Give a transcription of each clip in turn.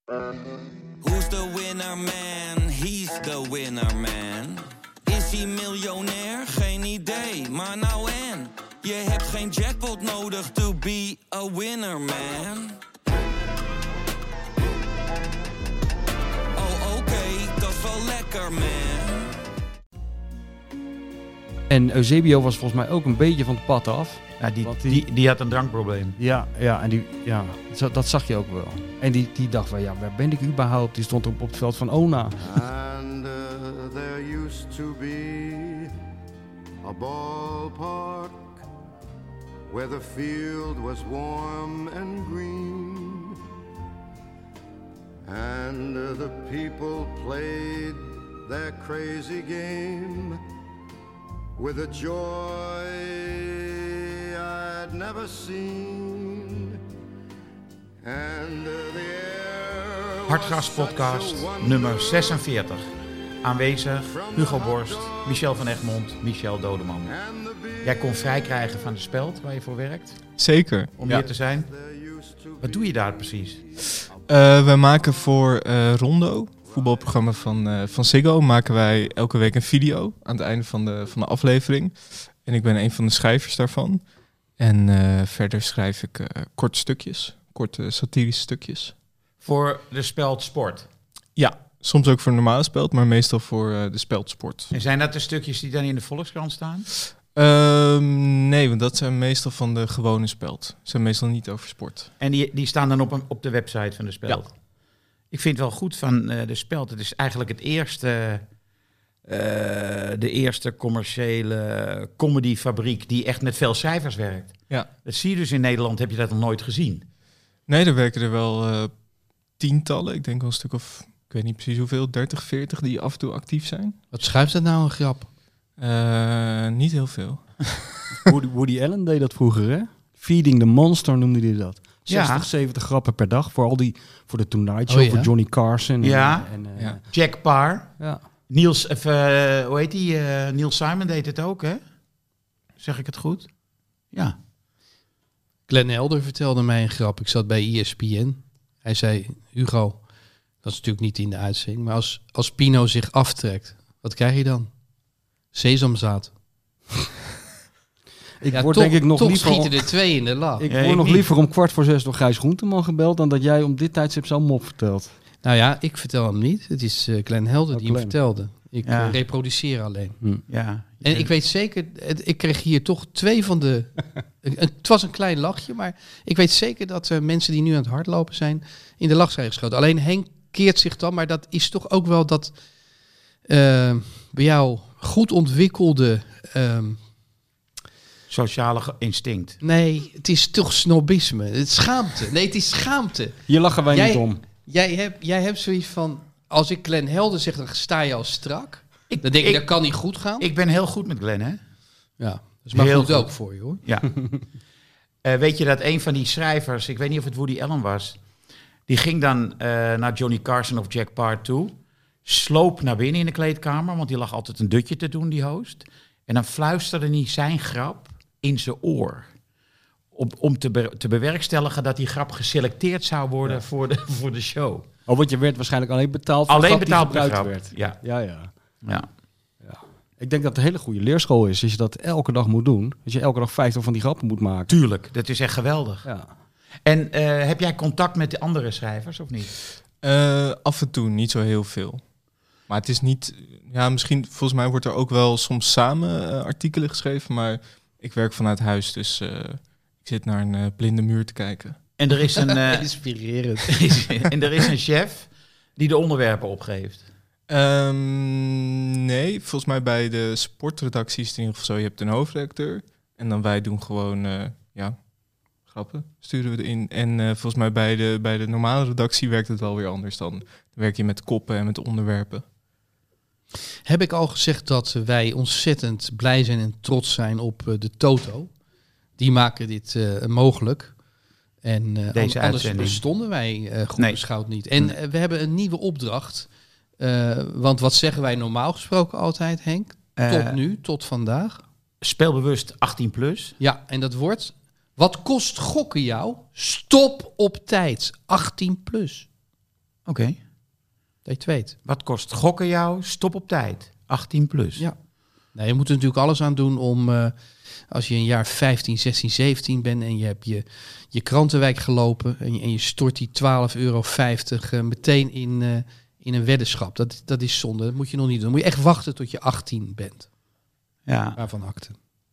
Who's the winner man? He's the winner man. Is hij miljonair? Geen idee, maar nou en. Je hebt geen jackpot nodig to be a winner man. Oh oké, dat is wel lekker man. En Eusebio was volgens mij ook een beetje van het pad af. Ja, die had een drankprobleem. Ja, dat zag je ook wel. En die dacht van, waar ben ik überhaupt? Die stond op het veld van Ona. And there used to be a ballpark where the field was warm and green. And the people played their crazy game with a joy I'd never seen. And the air Hartgras podcast nummer 46. Aanwezig Hugo Borst, Michel van Egmond, Michel Dodeman. Jij kon vrij krijgen van de Speld waar je voor werkt. Zeker. Om hier te zijn. Wat doe je daar precies? Wij maken voor Rondo, voetbalprogramma van Ziggo, maken wij elke week een video aan het einde van de aflevering. En ik ben een van de schrijvers daarvan. En verder schrijf ik korte satirische stukjes. Voor de Speld Sport? Ja, soms ook voor een normale Speld, maar meestal voor de Speld Sport. En zijn dat de stukjes die dan in de Volkskrant staan? Nee, want dat zijn meestal van de gewone Speld. Ze zijn meestal niet over sport. En die staan dan op de website van de Speld? Ja. Ik vind het wel goed van de Speld. Het is eigenlijk de eerste commerciële comedyfabriek die echt met veel cijfers werkt. Ja. Dat zie je dus in Nederland, heb je dat nog nooit gezien? Nee, er werken er wel tientallen. Ik denk wel een stuk of, ik weet niet precies hoeveel, 30, 40 die af en toe actief zijn. Wat schuift dat nou een grap? Niet heel veel. Woody Allen deed dat vroeger, hè? Feeding the Monster noemde hij dat. 60, Ja. 70 grappen per dag. Voor de Tonight Show, voor Johnny Carson. Ja. Ja. Jack Paar. Ja. Niels Simon deed het ook, hè? Zeg ik het goed? Ja. Glenn Helder vertelde mij een grap. Ik zat bij ESPN. Hij zei, Hugo, dat is natuurlijk niet in de uitzending, maar als Pino zich aftrekt, wat krijg je dan? Sesamzaad. Ik word denk ik nog toch liever... schieten er 2 in de lach. Ik word nog liever om 5:45 door Gijs Groenteman gebeld dan dat jij om dit tijdstip zo'n mop vertelt. Nou ja, ik vertel hem niet. Het is Glenn Helder die hem vertelde. Ik Ja. reproduceer alleen. Ja. En ik weet zeker, ik kreeg hier toch 2 van de... Het was een klein lachje, maar ik weet zeker dat mensen die nu aan het hardlopen zijn in de lach zijn geschoten. Alleen Henk keert zich dan, maar dat is toch ook wel dat bij jou goed ontwikkelde... Sociale instinct. Nee, het is toch snobisme. Het is schaamte. Nee, het is schaamte. Hier lachen wij niet om. Jij hebt zoiets van, als ik Glenn Helder zeg, dan sta je al strak. Dan denk ik, dat kan niet goed gaan. Ik ben heel goed met Glenn, hè? Ja, dat is maar Heel goed goed. ook voor je, hoor. Ja. Weet je dat een van die schrijvers, ik weet niet of het Woody Allen was, die ging dan naar Johnny Carson of Jack Paar toe, sloop naar binnen in de kleedkamer, want die lag altijd een dutje te doen, die host. En dan fluisterde hij zijn grap in zijn oor. Om te bewerkstelligen dat die grap geselecteerd zou worden voor de show. Oh, want je werd waarschijnlijk alleen betaald voor Alleen de grap betaald die per gebruikt grap. werd. Ja. Ja. Ik denk dat het een hele goede leerschool is als je dat elke dag moet doen. Als je elke dag 50 van die grappen moet maken. Tuurlijk, dat is echt geweldig. Ja. En heb jij contact met de andere schrijvers of niet? Af en toe, niet zo heel veel. Maar het is niet... Ja, misschien, volgens mij wordt er ook wel soms samen artikelen geschreven, maar ik werk vanuit huis, dus ik zit naar een blinde muur te kijken. En er is een... Inspirerend. en er is een chef die de onderwerpen opgeeft. Nee, volgens mij bij de sportredactie is het in ieder geval zo. Je hebt een hoofdredacteur en dan wij doen gewoon grappen, sturen we erin. En volgens mij bij de normale redactie werkt het wel weer anders. Dan werk je met koppen en met onderwerpen. Heb ik al gezegd dat wij ontzettend blij zijn en trots zijn op de Toto. Die maken dit mogelijk. En Deze anders uitzending. bestonden wij goed beschouwd niet. En we hebben een nieuwe opdracht. Want wat zeggen wij normaal gesproken altijd, Henk? Tot nu, tot vandaag. Speelbewust 18+. Ja, en dat wordt... Wat kost gokken jou? Stop op tijd. 18+. Oké. Dat je het weet. Wat kost gokken jou? Stop op tijd. 18 plus. Ja. Nou, je moet er natuurlijk alles aan doen om, als je een jaar 15, 16, 17 bent en je hebt je krantenwijk gelopen en je stort die €12,50 meteen in een weddenschap. Dat is zonde. Dat moet je nog niet doen. Dan moet je echt wachten tot je 18 bent. Ja. Waarvan akte.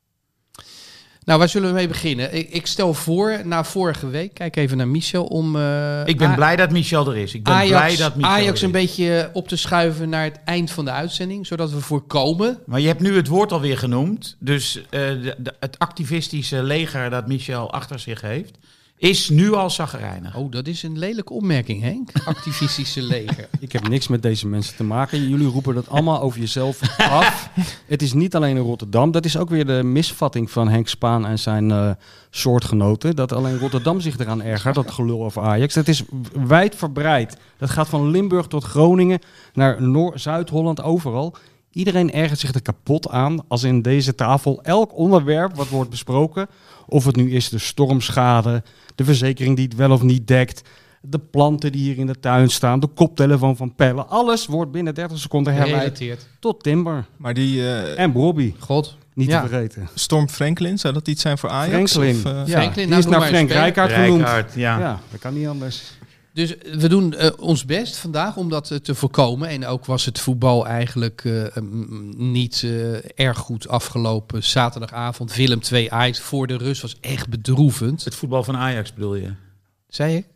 Nou, waar zullen we mee beginnen? Ik stel voor, na vorige week, kijk even naar Michel, om Ik ben blij dat Michel er is. Ik ben blij dat Michel Ajax er een is. beetje op te schuiven naar het eind van de uitzending, zodat we voorkomen. Maar je hebt nu het woord alweer genoemd. Dus het activistische leger dat Michel achter zich heeft, is nu al chagrijnig. Oh, dat is een lelijke opmerking, Henk. Activistische leger. Ik heb niks met deze mensen te maken. Jullie roepen dat allemaal over jezelf af. Het is niet alleen in Rotterdam. Dat is ook weer de misvatting van Henk Spaan en zijn soortgenoten. Dat alleen Rotterdam zich eraan ergert, dat gelul over Ajax. Dat is wijdverbreid. Dat gaat van Limburg tot Groningen naar Zuid-Holland, overal. Iedereen ergert zich er kapot aan als in deze tafel elk onderwerp wat wordt besproken, of het nu is de stormschade, de verzekering die het wel of niet dekt, de planten die hier in de tuin staan, de koptelefoon van Pelle, alles wordt binnen 30 seconden herleid Gerelateerd. tot Timber. Maar die En Bobby, God. niet Ja. te vergeten. Storm Franklin, zou dat iets zijn voor Ajax? Franklin. Of, Ja, Franklin, die nou, is noem naar maar een Frank speler. Rijkaard genoemd. Rijkaard, ja. Ja, dat kan niet anders. Dus we doen ons best vandaag om dat te voorkomen. En ook was het voetbal eigenlijk niet erg goed afgelopen. Zaterdagavond Willem 2 Ajax voor de rust was echt bedroevend. Het voetbal van Ajax bedoel je? Zei ik?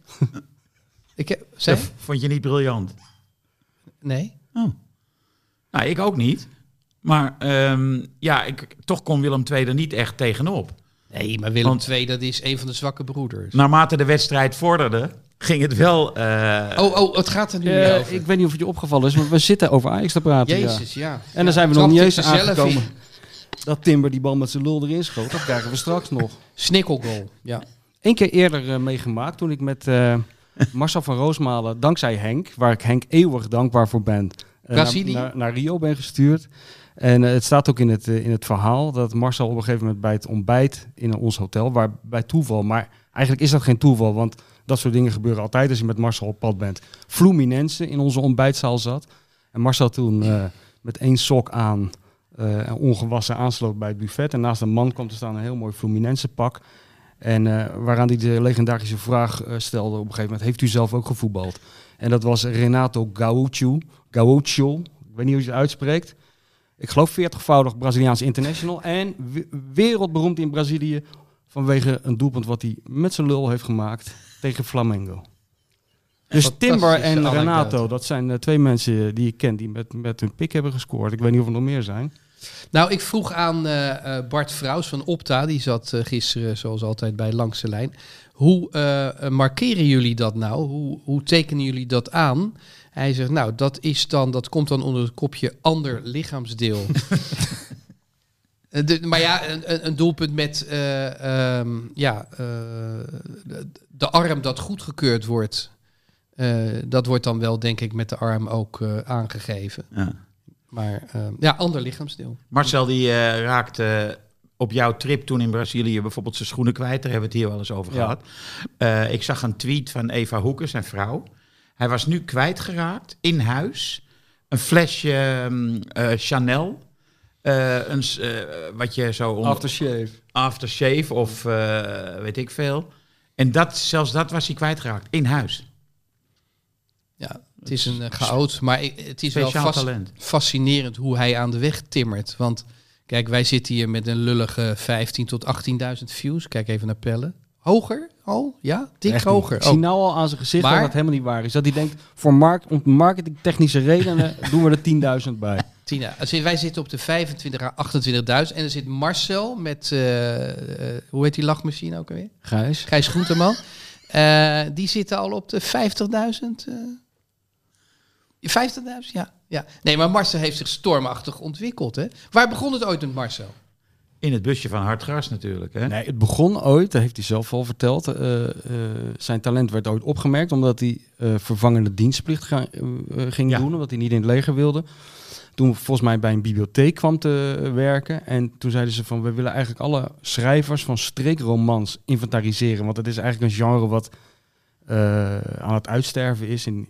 Zei Dat ik? vond je niet briljant? Nee. Nou, ik ook niet. Maar toch kon Willem II er niet echt tegenop. Nee, maar Willem Want- 2 dat is een van de zwakke broeders. Naarmate de wedstrijd vorderde, ging het wel... Het gaat er nu niet over. Ik weet niet of het je opgevallen is, maar we zitten over Ajax te praten. Ja. Jezus, ja. En dan zijn we nog niet eens Trapt hij er zelf aangekomen. in. Dat Timber die bal met zijn lul erin schoot, dat krijgen we straks nog. Snikkelgoal. Ja. Eén keer eerder meegemaakt toen ik met Marcel van Roosmalen, dankzij Henk, waar ik Henk eeuwig dankbaar voor ben, Brazilië? naar Rio ben gestuurd. En het staat ook in het verhaal dat Marcel op een gegeven moment bij het ontbijt in ons hotel, waar bij toeval, maar eigenlijk is dat geen toeval, want dat soort dingen gebeuren altijd als je met Marcel op pad bent. Fluminense in onze ontbijtzaal zat. En Marcel toen met één sok aan ongewassen aansloot bij het buffet. En naast een man kwam te staan een heel mooi Fluminense pak. En waaraan hij de legendarische vraag stelde op een gegeven moment: heeft u zelf ook gevoetbald? En dat was Renato Gaucho. Ik weet niet hoe je het uitspreekt. Ik geloof 40-voudig Braziliaans international. En wereldberoemd in Brazilië vanwege een doelpunt wat hij met zijn lul heeft gemaakt tegen Flamengo. Dus Fantastische Timber en anekdote. Renato, dat zijn twee mensen die ik ken die met hun pik hebben gescoord. Ik weet niet of er nog meer zijn. Nou, ik vroeg aan Bart Vrouws van Opta, die zat gisteren zoals altijd bij Langs de Lijn. Hoe markeren jullie dat nou? Hoe tekenen jullie dat aan? Hij zegt, nou, dat komt dan onder het kopje ander lichaamsdeel. Maar ja, een doelpunt met de arm dat goedgekeurd wordt. Dat wordt dan wel, denk ik, met de arm ook aangegeven. Ja. Maar ander lichaamsdeel. Marcel die raakte op jouw trip toen in Brazilië bijvoorbeeld zijn schoenen kwijt. Daar hebben we het hier wel eens over Ja. gehad. Ik zag een tweet van Eva Hoeken, zijn vrouw. Hij was nu kwijtgeraakt in huis. Een flesje Chanel. Wat je zo... Aftershave of weet ik veel. En zelfs dat was hij kwijtgeraakt. In huis. Ja, het is een chaot, maar het is wel Speciaal talent. fascinerend hoe hij aan de weg timmert. Want kijk, wij zitten hier met een lullige 15.000 tot 18.000 views. Kijk even naar Pelle. Hoger al? Ja, dik Echt hoger. niet. Ik zie nou al aan zijn gezicht Maar- dat het helemaal niet waar is. Dat hij denkt, voor marketingtechnische redenen doen we er 10.000 bij. Tina, wij zitten op de 25 à 28.000 en er zit Marcel met, hoe heet die lachmachine ook alweer? Gijs Groenteman. Die zitten al op de 50.000. 50.000, ja. Nee, maar Marcel heeft zich stormachtig ontwikkeld. Hè? Waar begon het ooit met Marcel? In het busje van Hartgras natuurlijk. Hè? Nee, het begon ooit, dat heeft hij zelf al verteld. Zijn talent werd ooit opgemerkt omdat hij vervangende dienstplicht ging doen, omdat hij niet in het leger wilde. Toen volgens mij bij een bibliotheek kwam te werken. En toen zeiden ze van, we willen eigenlijk alle schrijvers van streekromans inventariseren. Want het is eigenlijk een genre wat aan het uitsterven is. In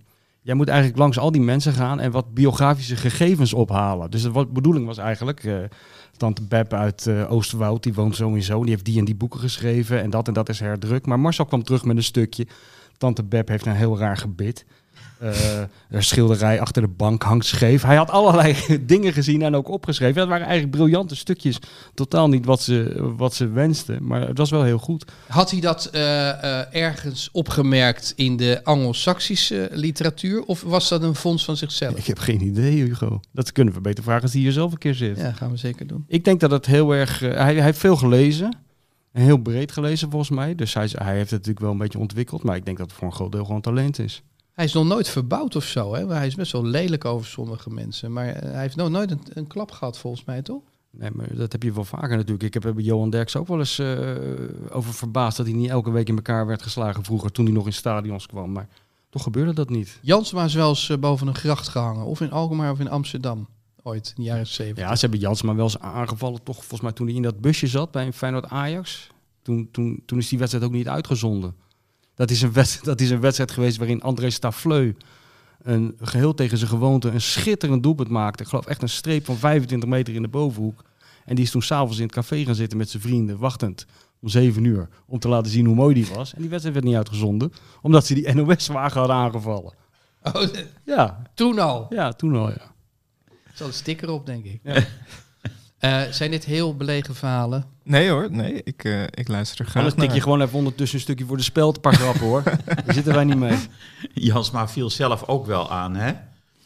Jij moet eigenlijk langs al die mensen gaan en wat biografische gegevens ophalen. Dus de bedoeling was eigenlijk... Tante Beb uit Oosterwoud, die woont zo en zo. Die heeft die en die boeken geschreven en dat is herdrukt. Maar Marcel kwam terug met een stukje. Tante Beb heeft een heel raar gebit. Een schilderij achter de bank hangt scheef. Hij had allerlei dingen gezien en ook opgeschreven. Dat waren eigenlijk briljante stukjes. Totaal niet wat ze wensten. Maar het was wel heel goed. Had hij dat ergens opgemerkt in de Anglo-Saxische literatuur? Of was dat een fonds van zichzelf? Ik heb geen idee, Hugo. Dat kunnen we beter vragen als hij hier zelf een keer zit. Ja, gaan we zeker doen. Ik denk dat het heel erg... Hij heeft veel gelezen. Heel breed gelezen volgens mij. Dus hij heeft het natuurlijk wel een beetje ontwikkeld. Maar ik denk dat het voor een groot deel gewoon talent is. Hij is nog nooit verbouwd of zo. Hè? Hij is best wel lelijk over sommige mensen. Maar hij heeft nog nooit een klap gehad volgens mij, toch? Nee, maar dat heb je wel vaker natuurlijk. Ik heb er bij Johan Derks ook wel eens over verbaasd... dat hij niet elke week in elkaar werd geslagen vroeger... toen hij nog in stadions kwam. Maar toch gebeurde dat niet. Jansma is wel eens boven een gracht gehangen. Of in Alkmaar of in Amsterdam. Ooit, in de jaren 70. Ja, ze hebben Jansma wel eens aangevallen. Toch volgens mij toen hij in dat busje zat bij een Feyenoord-Ajax. Toen is die wedstrijd ook niet uitgezonden. Dat is een wedstrijd geweest waarin André Stafleu... een geheel tegen zijn gewoonte een schitterend doelpunt maakte. Ik geloof echt een streep van 25 meter in de bovenhoek. En die is toen s'avonds in het café gaan zitten met zijn vrienden... wachtend om 7 uur om te laten zien hoe mooi die was. En die wedstrijd werd niet uitgezonden... omdat ze die NOS-wagen hadden aangevallen. Oh, Ja, toen al. ja, toen al, ja. Er zat een sticker op, denk ik. Ja. Zijn dit heel belegen verhalen? Nee hoor, nee. Ik luister er graag Anders tik je naar. gewoon even ondertussen een stukje voor de speld, een paar grappen hoor. Daar zitten wij niet mee. Jansma viel zelf ook wel aan, hè?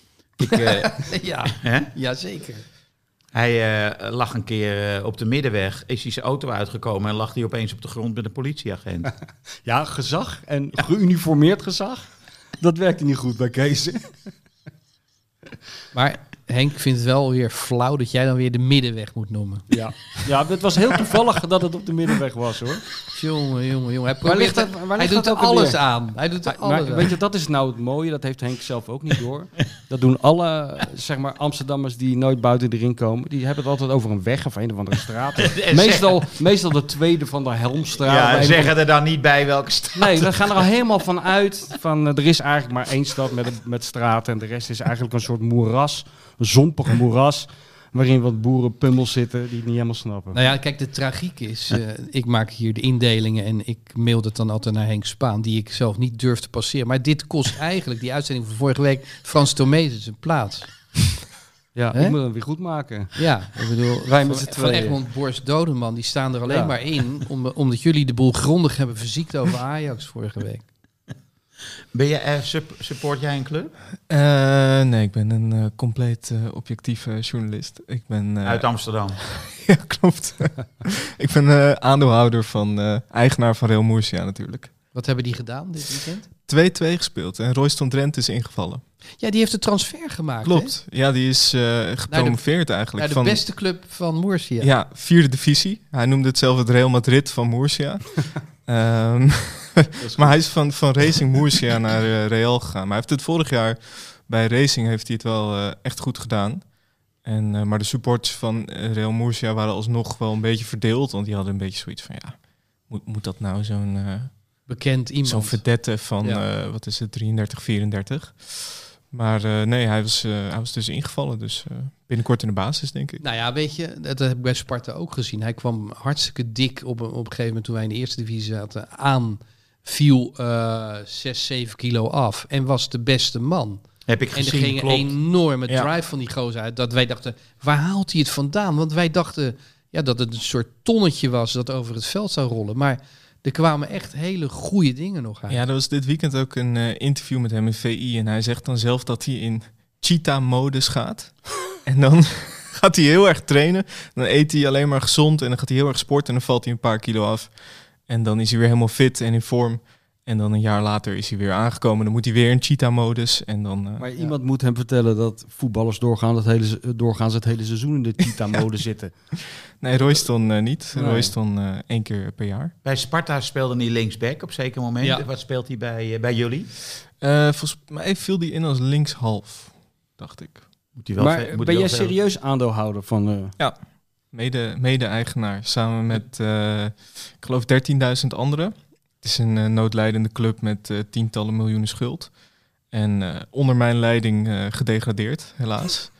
Ja, Hè? ja, zeker. Hij lag een keer op de middenweg, is hij zijn auto uitgekomen... en lag hij opeens op de grond met een politieagent. Ja, gezag en geuniformeerd gezag. Dat werkte niet goed bij Kees. Maar Henk vindt het wel weer flauw dat jij dan weer de middenweg moet noemen. Ja, het was heel toevallig dat het op de middenweg was hoor. Jongen. Hij, waar ligt doet dat er ook alles alweer? aan. Hij doet er alles Maar aan. weet je, dat is nou het mooie, dat heeft Henk zelf ook niet door. Dat doen alle, zeg maar, Amsterdammers die nooit buiten de ring komen. Die hebben het altijd over een weg of een of andere straat. meestal de tweede van de Helmstraat. Ja, Bij zeggen er dan niet bij welke stad. Nee, we gaan er al helemaal van uit. Er is eigenlijk maar één stad met straten en de rest is eigenlijk een soort moeras. Een zompig moeras, waarin wat boerenpummels zitten die het niet helemaal snappen. Nou ja, kijk, de tragiek is, ik maak hier de indelingen en ik mail het dan altijd naar Henk Spaan, die ik zelf niet durf te passeren. Maar dit kost eigenlijk, die uitzending van vorige week, Frans Tomezen zijn plaats. Ja, Hè? ik moet hem weer goed maken. Ja, ik bedoel, Wij met z'n van tweeën. Egmond Borst Dodeman, die staan er alleen Ja. maar in, omdat jullie de boel grondig hebben verziekt over Ajax vorige week. Ben je, support jij een club? Nee, ik ben een compleet objectieve journalist. Ik ben... Uit Amsterdam. Ja, klopt. Ik ben aandeelhouder van eigenaar van Real Murcia natuurlijk. Wat hebben die gedaan dit weekend? 2-2 gespeeld en Royston Drenthe is ingevallen. Ja, die heeft de transfer gemaakt. Klopt. Ja, die is gepromoveerd eigenlijk. Naar de beste club van Murcia. Ja, 4e divisie. Hij noemde het zelf het Real Madrid van Murcia. Maar hij is van Racing Murcia naar Real gegaan. Maar hij heeft het vorig jaar bij Racing heeft hij het wel echt goed gedaan. Maar de supporters van Real Murcia waren alsnog wel een beetje verdeeld. Want die hadden een beetje zoiets van, ja, moet dat nou zo'n bekend iemand. zo'n vedette van, wat is het, 33, 34. Maar nee, hij was dus ingevallen. Dus binnenkort in de basis, denk ik. Nou ja, weet je, dat heb ik bij Sparta ook gezien. Hij kwam hartstikke dik op een gegeven moment toen wij in de eerste divisie zaten aan. Viel 6, 7 kilo af en was de beste man. Heb ik En er gezien, ging een klopt. enorme Ja. drive van die gozer uit. Dat wij dachten, waar haalt hij het vandaan? Want wij dachten dat het een soort tonnetje was dat over het veld zou rollen. Maar er kwamen echt hele goede dingen nog uit. Ja, er was dit weekend ook een interview met hem in VI. En hij zegt dan zelf dat hij in cheetah-modus gaat. En dan gaat hij heel erg trainen. Dan eet hij alleen maar gezond en dan gaat hij heel erg sporten. En dan valt hij een paar kilo af. En dan is hij weer helemaal fit en in vorm. En dan een jaar later is hij weer aangekomen. Dan moet hij weer in cheetah-modus. En dan, Maar iemand moet hem vertellen dat voetballers doorgaans het hele seizoen in de cheetah-mode zitten. Nee, Royston niet. Nee. Royston 1 keer per jaar. Bij Sparta speelde hij linksback op een zeker moment. Ja. Wat speelt hij bij jullie? Volgens mij viel hij in als linkshalf, dacht ik. Moet hij wel Maar moet hij ben wel jij veel- serieus aandeelhouder van... Mede-eigenaar, samen met, ik geloof, 13.000 anderen. Het is een noodlijdende club met tientallen miljoenen schuld. En onder mijn leiding gedegradeerd, helaas.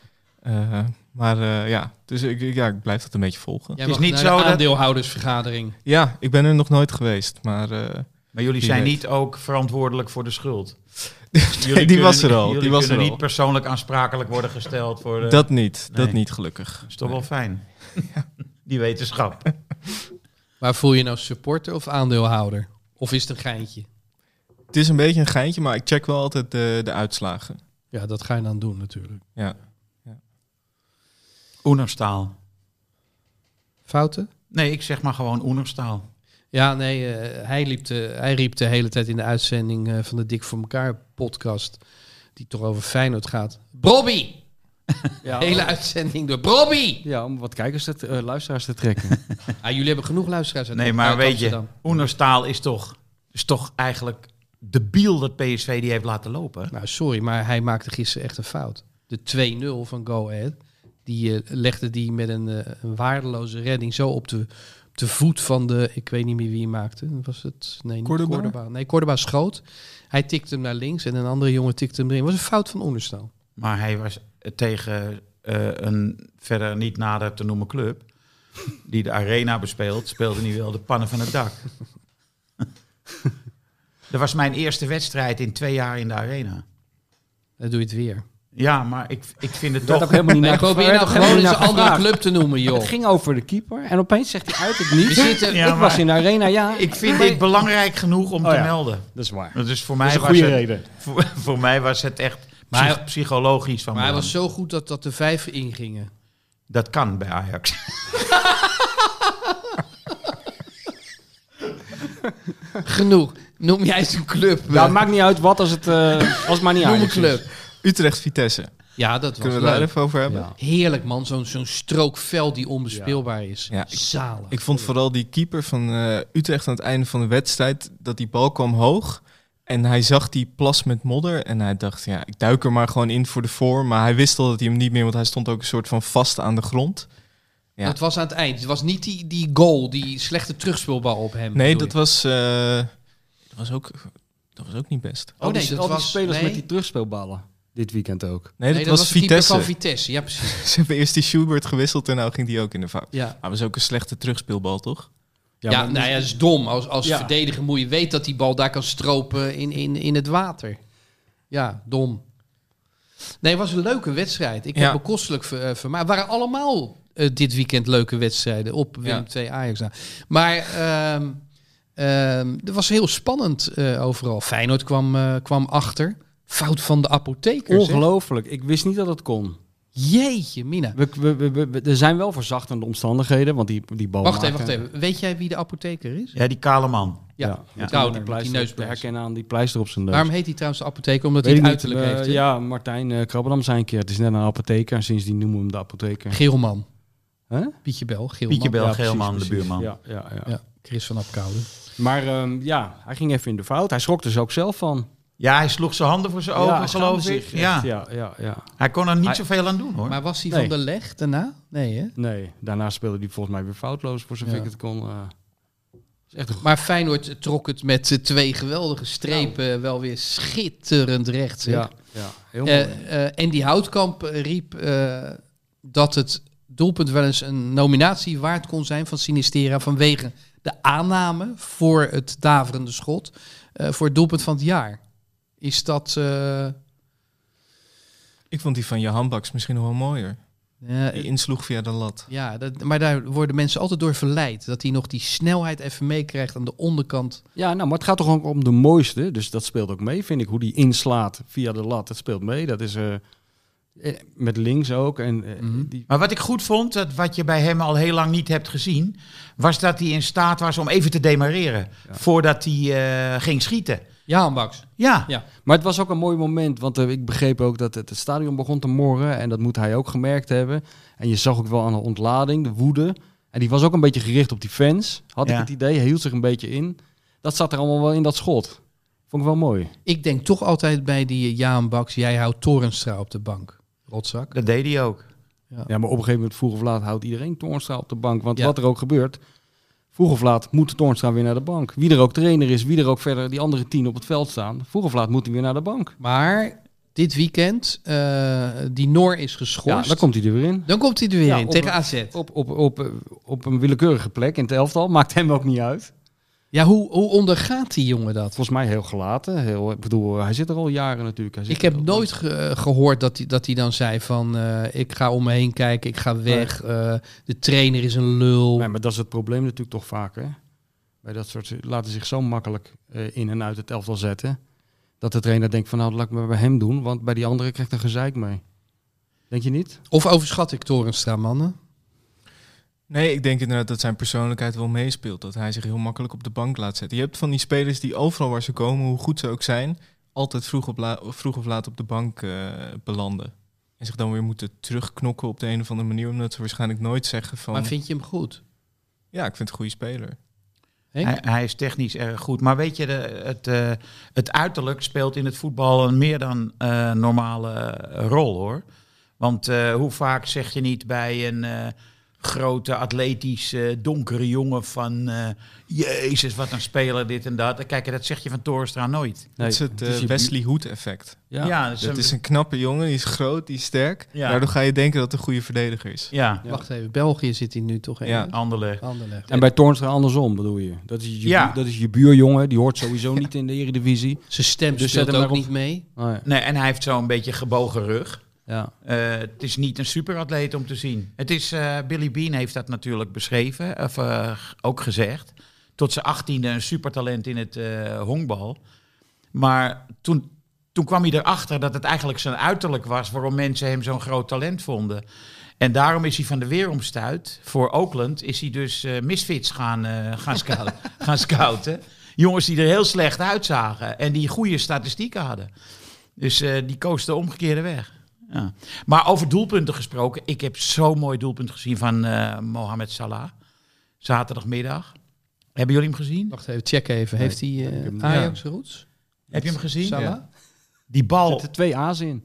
Dus ik blijf dat een beetje volgen. Jij Het is mag niet naar zo de dat- aandeelhoudersvergadering. Ja, ik ben er nog nooit geweest, maar... Maar jullie Wie zijn weet. niet ook verantwoordelijk voor de schuld. die was er al. Jullie Die was kunnen er niet al. persoonlijk aansprakelijk worden gesteld voor de... Dat niet, Nee. dat niet gelukkig. Dat is toch wel fijn. Die wetenschap. Maar voel je nou supporter of aandeelhouder? Of is het een geintje? Het is een beetje een geintje, maar ik check wel altijd de uitslagen. Ja, dat ga je dan doen natuurlijk. Ja. Oenerstaal. Fouten? Nee, ik zeg maar gewoon Oenerstaal. Ja, nee, hij riep de hele tijd in de uitzending van de Dik voor elkaar podcast, die toch over Feyenoord gaat. Bobby! Ja, Hele uitzending door Bobby! ja, om wat luisteraars te trekken. Jullie hebben genoeg luisteraars uit Nee, maar uit weet je, Amsterdam. Oenerstaal is toch eigenlijk debiel dat PSV die heeft laten lopen. Nou, sorry, maar hij maakte gisteren echt een fout. De 2-0 van Go Ahead, die legde die met een waardeloze redding zo op de voet van de... Ik weet niet meer wie hij maakte. Was het? Nee, niet Cordoba? Cordoba. Nee, Cordoba schoot. Hij tikte hem naar links en een andere jongen tikte hem erin. Het was een fout van Oenerstal. Maar hij was tegen een verder niet nader te noemen club, die de arena bespeelt, speelde hij wel de pannen van het dak. Dat was mijn eerste wedstrijd in 2 jaar in de arena. Dan doe je het weer. Ja, maar ik vind het Dat toch... ook helemaal niet Nee, naar probeer gevraagd. nou Helemaal gewoon niet eens een naar andere gevraagd. club te noemen, joh. Het ging over de keeper en opeens zegt hij uit het niet. We zitten... Ja, Ik was maar in de arena, ja. ik vind dit belangrijk genoeg om Oh te ja. melden. Dat is waar. Dus voor Dat mij is een was goede het, reden. voor mij was het echt Maar hij- psychologisch van Maar hij belang. was zo goed dat de 5 ingingen. Dat kan bij Ajax. Genoeg. Noem jij eens een club. Ja, het maakt niet uit wat als het maar niet Noem een Ajax is. club. Utrecht-Vitesse. Ja, dat was Kunnen we daar leuk. even over hebben? Ja. Heerlijk, man. Zo'n strook veld die onbespeelbaar is. Ja. Zalig. Ik vond vooral die keeper van Utrecht aan het einde van de wedstrijd, dat die bal kwam hoog. En hij zag die plas met modder en hij dacht, ja, ik duik er maar gewoon in voor de vorm. Maar hij wist al dat hij hem niet meer, want hij stond ook een soort van vast aan de grond. Ja. Dat was aan het eind. Het was niet die goal, die slechte terugspeelbal op hem. Nee, bedoel dat je? was ook niet best. Oh nee, al dat die was... spelers nee. met die terugspeelballen. Dit weekend ook. Nee, Nee, dat was de keeper Vitesse. van Vitesse. Ja, precies. Ze hebben eerst die Schubert gewisseld en nou ging die ook in de fout. Ja. Maar dat was ook een slechte terugspeelbal, toch? Ja, nou ja, dat is dom. Als Ja. verdediger moet je weten dat die bal daar kan stropen in het water. Ja, dom. Nee, het was een leuke wedstrijd. Ik Ja. heb me kostelijk vermaakt. Het waren allemaal dit weekend leuke wedstrijden op Willem II Ajax. na. Maar het was heel spannend overal. Feyenoord kwam achter. Fout van de apothekers. hè? Ongelooflijk. Ik wist niet dat het kon. Jeetje, Mina. Er zijn wel verzachtende omstandigheden, want die bal Wacht maken- even. Weet jij wie de apotheker is? Ja, die kale man. Ja, Ja, met nou, die die pleister, neusbeurs. te herkennen aan die pleister op zijn neus. Waarom heet hij trouwens de apotheker? Omdat Weet hij ik het niet, uiterlijk heeft. hè? ja, Martijn Krabberdam zei een keer, het is net een apotheker en sindsdien noemen we hem de apotheker. Geelman. Huh? Pietje Bel, Geelman. Pietje Bel, Ja, Geelman, precies, de precies. buurman. Ja. Ja, Chris van Apkoude. Maar hij ging even in de fout. Hij schrok er ook zelf van. Ja, hij sloeg zijn handen voor zijn Ja, ogen, hij geloof schaamde ik. zich Ja. echt. Ja. Hij kon er niet Hij- zoveel aan doen, hoor. Maar was hij Nee. van de leg daarna? Nee, hè? Nee, daarna speelde hij volgens mij weer foutloos, voor zover Ja. ik het kon. Is echt een Maar Feyenoord trok het met 2 geweldige strepen wel weer schitterend recht. zeg. ja, heel mooi. En die Houtkamp riep dat het doelpunt wel eens een nominatie waard kon zijn van Sinistera vanwege de aanname voor het daverende schot voor het doelpunt van het jaar. Is dat... Ik vond die van Johan Baks misschien nog wel mooier. Die insloeg via de lat. Ja, maar daar worden mensen altijd door verleid. Dat hij nog die snelheid even meekrijgt aan de onderkant. Ja, nou, maar het gaat toch ook om de mooiste. Dus dat speelt ook mee, vind ik. Hoe die inslaat via de lat, dat speelt mee. Dat is met links ook. En, die... Maar wat ik goed vond, wat je bij hem al heel lang niet hebt gezien, was dat hij in staat was om even te demareren voordat hij ging schieten. Ja, Baks. Ja, Ja. Maar het was ook een mooi moment, want ik begreep ook dat het stadion begon te morren. En dat moet hij ook gemerkt hebben. En je zag ook wel aan de ontlading, de woede. En die was ook een beetje gericht op die fans, had ik Ja. het idee. Hij hield zich een beetje in. Dat zat er allemaal wel in dat schot. Vond ik wel mooi. Ik denk toch altijd bij die Jaan Baks, jij houdt Torenstra op de bank. Rotzak. dat deed hij ook. Ja, maar op een gegeven moment, vroeg of laat, houdt iedereen Toornstra op de bank. Want Ja. wat er ook gebeurt, Vroeg of laat moet Toornstra weer naar de bank. Wie er ook trainer is, wie er ook verder die andere 10 op het veld staan. Vroeg of laat moet hij weer naar de bank. Maar dit weekend, die Noor is Ja, geschorst. dan komt hij er weer in. Dan komt hij er weer Ja, in, op tegen een- AZ. Op een willekeurige plek in het elftal. Maakt hem ook niet uit. Ja, hoe ondergaat die jongen dat? Volgens mij heel gelaten. Ik bedoel, hij zit er al jaren natuurlijk. Hij zit Ik heb er al- nooit gehoord dat hij dan zei van... ik ga om me heen kijken, ik ga weg. De trainer is een lul. Nee, maar dat is het probleem natuurlijk toch vaak. Hè? Bij dat soort laten zich zo makkelijk in en uit het elftal zetten. Dat de trainer denkt van nou, laat ik maar bij hem doen. Want bij die andere krijgt er gezeik mee. Denk je niet? Of overschat ik Toornstra, mannen? Nee, ik denk inderdaad dat zijn persoonlijkheid wel meespeelt. Dat hij zich heel makkelijk op de bank laat zetten. Je hebt van die spelers die overal waar ze komen, hoe goed ze ook zijn, altijd vroeg of laat op de bank belanden. En zich dan weer moeten terugknokken op de een of andere manier. Omdat ze waarschijnlijk nooit zeggen van... Maar vind je hem goed? Ja, ik vind het een goede speler. Henk? Hij is technisch erg goed. Maar weet je, het uiterlijk speelt in het voetbal een meer dan normale rol, hoor. Want hoe vaak zeg je niet bij een grote, atletische, donkere jongen van... Jezus, wat een speler, dit en dat. Kijk, dat zeg je van Toornstra nooit. Dat is het je- Wesley Hood effect. Ja. Dat is een knappe jongen, die is groot, die is sterk. Ja. Daardoor ga je denken dat het een goede verdediger is. Ja, Wacht even, België zit hij nu toch in? Ja. Anderlecht. Anderlecht. En bij Toornstra andersom bedoel je. Dat is je, Ja. dat is je buurjongen. Die hoort sowieso niet in de Eredivisie. Zijn stem Dus speelt zet hem ook maar niet mee. Oh, ja. Nee, en hij heeft zo'n beetje gebogen rug. Ja. Het is niet een superatleet om te zien. Het is, Billy Beane heeft dat natuurlijk beschreven, of ook gezegd. Tot zijn 18e een supertalent in het honkbal. Maar toen kwam hij erachter dat het eigenlijk zijn uiterlijk was waarom mensen hem zo'n groot talent vonden. En daarom is hij van de weeromstuit voor Oakland, is hij dus misfits gaan scouten. Jongens die er heel slecht uitzagen en die goede statistieken hadden. Dus die koos de omgekeerde weg. Ja. Maar over doelpunten gesproken, ik heb zo'n mooi doelpunt gezien van Mohamed Salah. Zaterdagmiddag. Hebben jullie hem gezien? Wacht even, check even. Heeft hij Ajax roots? Heb je hem gezien? Salah? Ja. Die bal, Er zitten 2 A's in.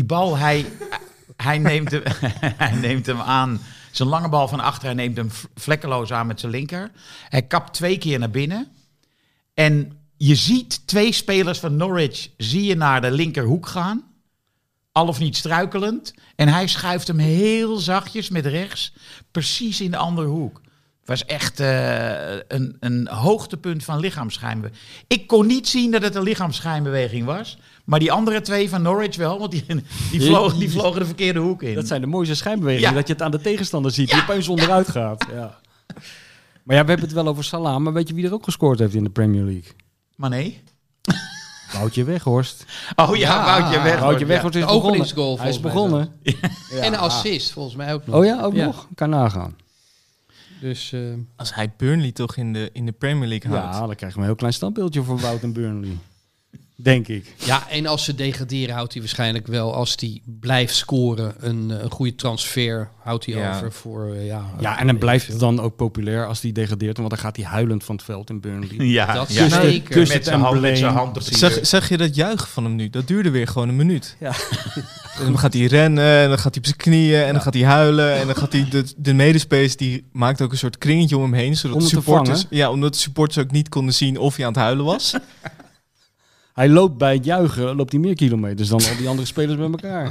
hij neemt hem aan. Zijn lange bal van achter, hij neemt hem vlekkeloos aan met zijn linker. Hij kapt 2 keer naar binnen. En je ziet 2 spelers van Norwich zie je naar de linkerhoek gaan. Al of niet struikelend. En hij schuift hem heel zachtjes met rechts precies in de andere hoek. Het was echt een hoogtepunt van lichaamsschijnbeweging. Ik kon niet zien dat het een lichaamsschijnbeweging was. Maar die andere 2 van Norwich wel. Want die vlogen de verkeerde hoek in. Dat zijn de mooiste schijnbewegingen. Ja. Dat je het aan de tegenstander ziet. Die opeens onderuit gaat. Ja. Maar ja, we hebben het wel over Salah. Maar weet je wie er ook gescoord heeft in de Premier League? Maar nee. Woutje Weghorst. Oh ja, Woutje Weghorst. Woutje Weghorst is De begonnen. openingsgoal Hij is volgens mij begonnen. Ja. En een assist, volgens mij ook nog. Oh ja, ook Ja. nog? Kan nagaan. Dus Als hij Burnley toch in de Premier League houdt. Ja, dan krijg je een heel klein standbeeldje voor Wout en Burnley. Denk ik. ja, en als ze degraderen houdt hij waarschijnlijk wel, als hij blijft scoren, een goede transfer houdt hij Ja. over voor, Ja, en dan blijft het dan ook populair als die degradeert. Want dan gaat hij huilend van het veld in Burnley. Ja, Dat ja. zeker. Kust Met het zijn hand, embleem. precies. Zag je dat juichen van hem nu? Dat duurde weer gewoon een minuut. Ja. En dan gaat hij rennen, en dan gaat hij op zijn knieën, en dan gaat hij huilen. En dan gaat hij de medespelers, die maakt ook een soort kringetje om hem heen. Zodat Om de het te supporters, vangen? ja, omdat de supporters ook niet konden zien of hij aan het huilen was. Hij loopt bij het juichen, loopt hij meer kilometers dan al die andere spelers bij elkaar.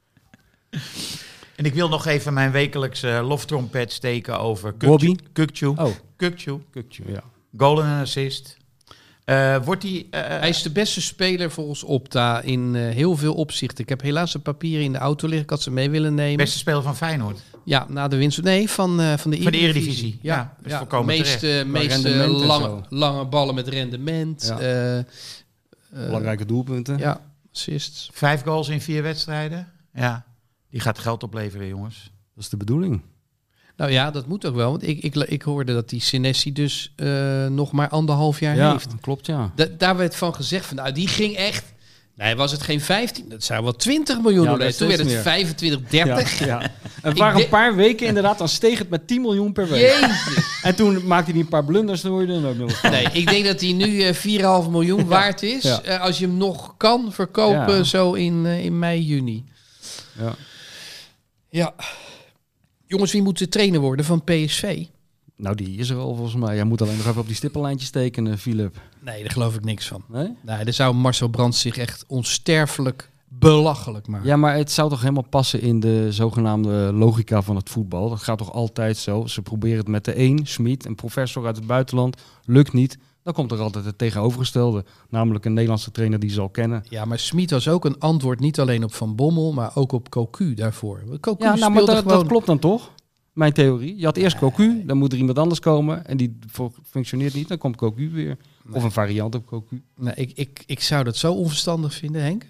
En ik wil nog even mijn wekelijkse loftrompet steken over Bobby? Kukçu. Oh, Kukçu. Kukçu, ja. Goal en assist. Wordt hij... Hij is de beste speler volgens Opta in heel veel opzichten. Ik heb helaas de papieren in de auto liggen. Ik had ze mee willen nemen. beste speler van Feyenoord. Ja, na de winst. Nee, van de Eredivisie. Ja, dat is volkomen terecht. meeste rendement en lange ballen met rendement. Ja. Belangrijke doelpunten. Ja, assists. 5 goals in 4 wedstrijden. Ja, die gaat geld opleveren, jongens. Dat is de bedoeling. Nou ja, dat moet ook wel. Want ik hoorde dat die Senesi dus nog maar 1,5 jaar Ja, heeft. klopt, ja. Daar werd van gezegd van, nou, die ging echt... Nee, was het geen 15? Dat zou wel 20 miljoen Ja, worden. dat Toen werd het steeds meer. 25, 30. Ja, ja. Het waren een paar weken inderdaad, dan steeg het met 10 miljoen per week. Jezus. En toen maakte hij een paar blunders, dan hoor je dan ook nog. Nee, ik denk dat hij nu 4,5 miljoen waard is. Ja. Als je hem nog kan verkopen, Ja. zo in mei, juni. Ja. Ja. Jongens, wie moet de trainer worden van PSV? Nou, die is er al volgens mij. Jij moet alleen nog even op die stippenlijntjes tekenen, Philip. Nee, daar geloof ik niks van. Nee? Nee, daar zou Marcel Brands zich echt onsterfelijk belachelijk maken. Ja, maar het zou toch helemaal passen in de zogenaamde logica van het voetbal. Dat gaat toch altijd zo. Ze proberen het met de een, Smit, een professor uit het buitenland. Lukt niet. Dan komt er altijd het tegenovergestelde. Namelijk een Nederlandse trainer die ze al kennen. Ja, maar Smit was ook een antwoord niet alleen op Van Bommel, maar ook op Cocu daarvoor. Cocu Ja, nou, maar speelde dat gewoon... klopt dan toch? Mijn theorie. Je had eerst Cocu, dan moet er iemand anders komen. En die functioneert niet, dan komt Cocu weer. Nee. Of een variant op Cocu. Nee, ik zou dat zo onverstandig vinden, Henk.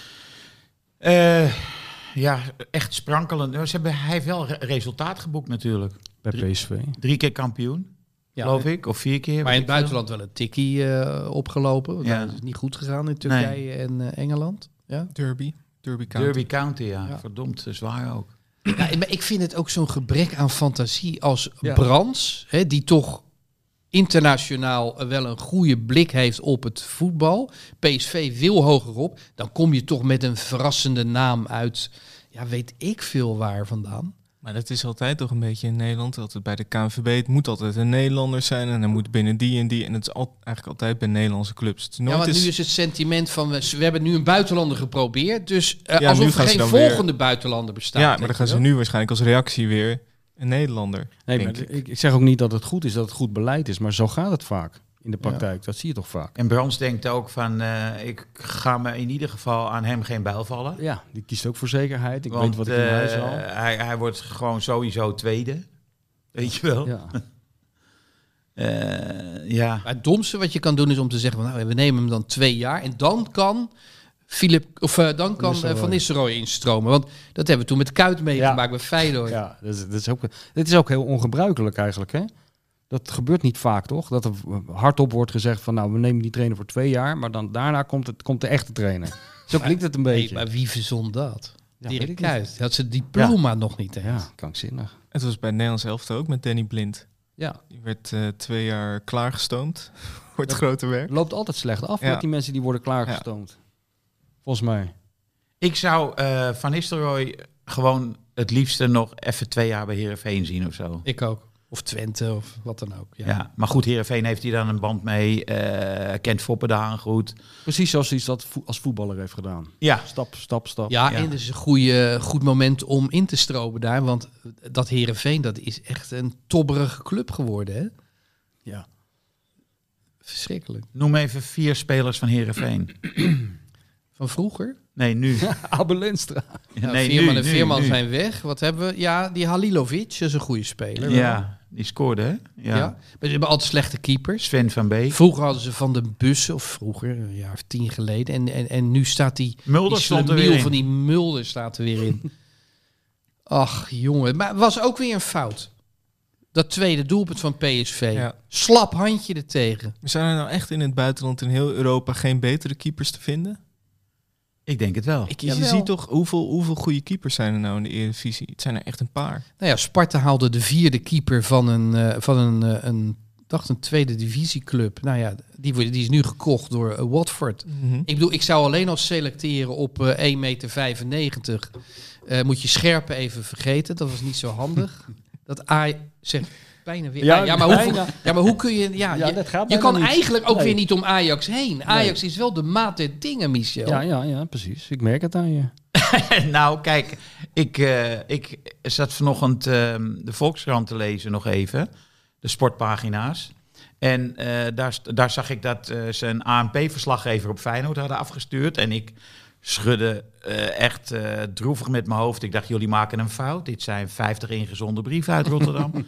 Ja, echt sprankelend. Hij heeft wel resultaat geboekt natuurlijk. Bij PSV. 3 keer kampioen, geloof ik. Of 4 keer. Maar in het buitenland wel een tikkie opgelopen. Want Ja. dat is niet goed gegaan in Turkije en Engeland. Ja? Derby County. Derby County, ja. Ja. Verdomd, zwaar ook. Ja, maar ik vind het ook zo'n gebrek aan fantasie als Ja. Brands, hè, die toch internationaal wel een goede blik heeft op het voetbal. PSV wil hogerop. Dan kom je toch met een verrassende naam uit, ja, weet ik veel waar vandaan. Maar dat is altijd toch een beetje in Nederland. Altijd bij de KNVB, het moet altijd een Nederlander zijn. En dan moet binnen die en die. En het is eigenlijk altijd bij Nederlandse clubs. Het is Ja, nooit want eens- nu is het sentiment van, we hebben nu een buitenlander geprobeerd. Dus Ja, nu alsof er gaan ze geen dan weer- volgende buitenlander bestaat. ja, maar weet dan gaan je ze wel. nu waarschijnlijk als reactie weer een Nederlander. Nee, denk maar ik. ik zeg ook niet dat het goed is, dat het goed beleid is. Maar zo gaat het vaak in de praktijk. Dat zie je toch vaak. En Brands denkt ook van, ik ga me in ieder geval aan hem geen bijl vallen. Ja, die kiest ook voor zekerheid. Ik Want weet wat ik in huis haal. hij wordt gewoon sowieso tweede. Weet je wel? Ja. Ja. Maar het domste wat je kan doen is om te zeggen, van, nou, we nemen hem dan 2 jaar. En dan kan Nistelrooy. Van Nistelrooy instromen. Want dat hebben we toen met Kuyt meegemaakt Ja. bij Feyenoord. Ja, dit is ook heel ongebruikelijk eigenlijk, hè? Dat gebeurt niet vaak, toch? Dat er hardop wordt gezegd van, nou, we nemen die trainer voor 2 jaar, maar dan daarna komt de echte trainer. Zo klinkt het een Nee, beetje. maar wie verzon dat? Ja, Dirk weet ik Kuyt. Had ze diploma nog niet eens. Ja, krankzinnig. Het was bij het Nederlands elftal ook met Danny Blind. Ja, Die werd 2 jaar klaargestoomd voor het grote werk. het loopt altijd slecht af Ja. met die mensen die worden klaargestoomd. Volgens mij. Ik zou Van Nistelrooy gewoon het liefste nog even 2 jaar bij Heerenveen zien of zo. Ik ook. Of Twente of wat dan ook. Ja. Ja, maar goed, Heerenveen heeft hij dan een band mee. Kent Foppendaan goed. Precies zoals hij dat als voetballer heeft gedaan. Ja, Stap. Ja, Ja. en het is een goed moment om in te stromen daar. Want dat Heerenveen, dat is echt een tobberige club geworden. Hè? Ja. Verschrikkelijk. noem even 4 spelers van Heerenveen. Van vroeger. Nee, nu. Abel Lenstra. Ja, nee, Veerman nu, en Veerman nu. zijn weg. Wat hebben we? Ja, die Halilovic is een goede speler. Ja, die scoorde, hè? Ja. Ja. Maar ze hebben altijd slechte keepers. Sven van Beek. Vroeger hadden ze Van de Bussen, of vroeger, een jaar of 10 geleden. En nu staat die Mulder stond er slemiel weer in. van die Mulder staat er weer in. Ach, jongen. Maar het was ook weer een fout. Dat tweede doelpunt van PSV. Ja. Slap handje er tegen. Maar zijn er nou echt in het buitenland in heel Europa geen betere keepers te vinden? Ik denk het wel. Je Jawel. ziet toch hoeveel goede keepers zijn er nou in de Eredivisie? Het zijn er echt een paar. Nou ja, Sparta haalde de 4e keeper van een tweede divisieclub. Nou ja, die is nu gekocht door Watford. Ik bedoel, ik zou alleen al selecteren op 1,95 meter. Moet je Scherpen even vergeten. Dat was niet zo handig. Dat zegt bijna weer. Ja, Maar hoe kun je... Ja, Ja, dat gaat je bijna kan niet. eigenlijk ook Nee. weer niet om Ajax heen. Ajax is wel de maat der dingen, Michel. Ja, precies. Ik merk het aan je. Nou, kijk, ik zat vanochtend de Volkskrant te lezen nog even. De sportpagina's. En daar zag ik dat ze een ANP-verslaggever op Feyenoord hadden afgestuurd. En ik schudde echt droevig met mijn hoofd. Ik dacht, jullie maken een fout. Dit zijn 50 ingezonden brieven uit Rotterdam.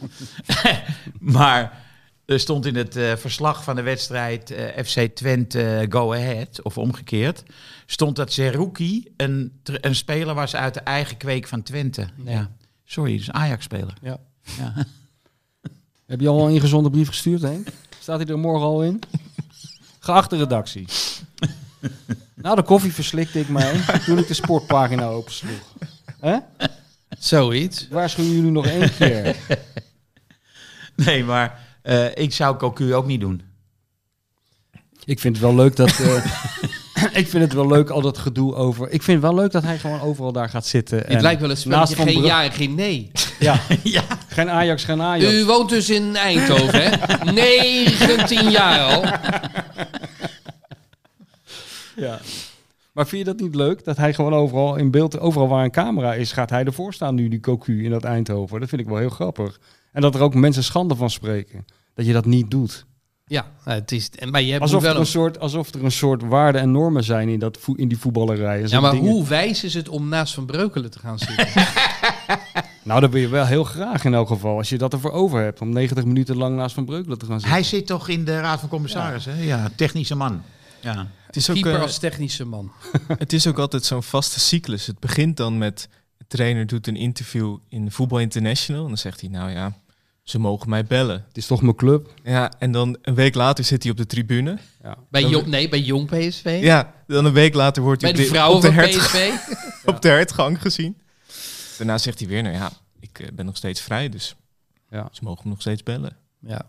Maar er stond in het verslag van de wedstrijd FC Twente Go Ahead, of omgekeerd, stond dat Zerouki een speler was uit de eigen kweek van Twente. Nee. Ja. Sorry, dus een Ajax-speler. Ja. Ja. Heb je al een ingezonden brief gestuurd, Henk? Staat hij er morgen al in? Geachte redactie. Na de koffie verslikte ik mij toen ik de sportpagina opensloeg. Hè? Zoiets. Waarschuwen jullie nog 1 keer. Nee, maar ik zou Cocu ook niet doen. Ik vind het wel leuk dat... ik vind het wel leuk, al dat gedoe over... Ik vind het wel leuk dat hij gewoon overal daar gaat zitten. Het lijkt wel een naast spelletje Van geen Brugge- ja en geen nee. Ja, Ja, Geen Ajax, geen Ajax. U woont dus in Eindhoven, hè? 19 jaar al. Ja. Maar vind je dat niet leuk? Dat hij gewoon overal in beeld, overal waar een camera is, gaat hij ervoor staan nu, die Cocu in dat Eindhoven. Dat vind ik wel heel grappig. En dat er ook mensen schande van spreken. Dat je dat niet doet. Ja, het is... Maar je hebt Alsof wel er een soort waarden en normen zijn in die voetballerij. En Ja, maar dingen. hoe wijs is het om naast Van Breukelen te gaan zitten? Nou, dat wil je wel heel graag in elk geval. Als je dat ervoor over hebt, om 90 minuten lang naast Van Breukelen te gaan zitten. Hij zit toch in de Raad van Commissarissen? Ja, technische man. Ja. Het is ook, Keeper als technische man. het is ook altijd zo'n vaste cyclus. Het begint dan met, de trainer doet een interview in Voetbal International. En dan zegt hij, nou ja, ze mogen mij bellen. Het is toch mijn club. Ja, en dan een week later zit hij op de tribune. Ja. Bij Jong PSV? Ja, dan een week later wordt Bij hij de vrouwen van PSV? op de hertgang gezien. Daarna zegt hij weer, nou ja, ik ben nog steeds vrij, dus Ja. ze mogen me nog steeds bellen. Ja.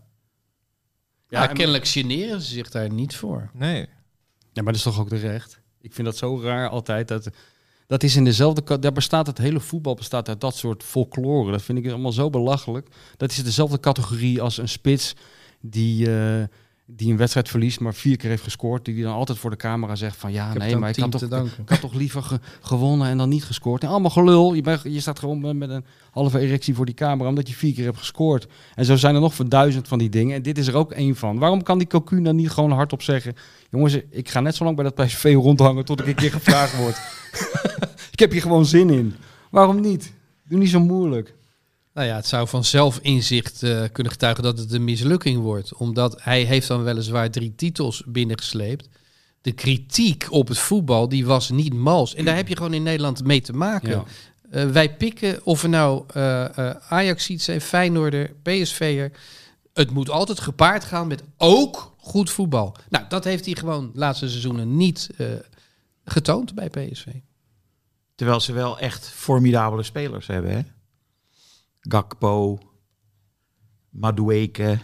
Ja, Maar en- kennelijk generen ze zich daar niet voor. Nee. Ja, maar dat is toch ook terecht. Ik vind dat zo raar altijd. Dat is in dezelfde... Daar bestaat het hele voetbal bestaat uit dat soort folklore. Dat vind ik allemaal zo belachelijk. Dat is dezelfde categorie als een spits die een wedstrijd verliest, maar 4 keer heeft gescoord. Die dan altijd voor de camera zegt van ja, nee, maar ik had toch liever gewonnen en dan niet gescoord. En allemaal gelul. Je staat gewoon met een halve erectie voor die camera omdat je 4 keer hebt gescoord. En zo zijn er nog voor 1000 van die dingen. En dit is er ook één van. Waarom kan die Cocu dan niet gewoon hardop zeggen: jongens, ik ga net zo lang bij dat PSV rondhangen tot ik een keer gevraagd word. Ik heb hier gewoon zin in. Waarom niet? Doe niet zo moeilijk. Nou ja, het zou van zelfinzicht kunnen getuigen dat het een mislukking wordt. Omdat hij heeft dan weliswaar 3 titels binnengesleept. De kritiek op het voetbal, die was niet mals. En daar heb je gewoon in Nederland mee te maken. Ja. Wij pikken, of we nou Ajaxiet zijn, Feyenoorder, PSV'er. Het moet altijd gepaard gaan met ook goed voetbal. Nou, dat heeft hij gewoon de laatste seizoenen niet getoond bij PSV. Terwijl ze wel echt formidabele spelers hebben, hè? Gakpo, Madueke,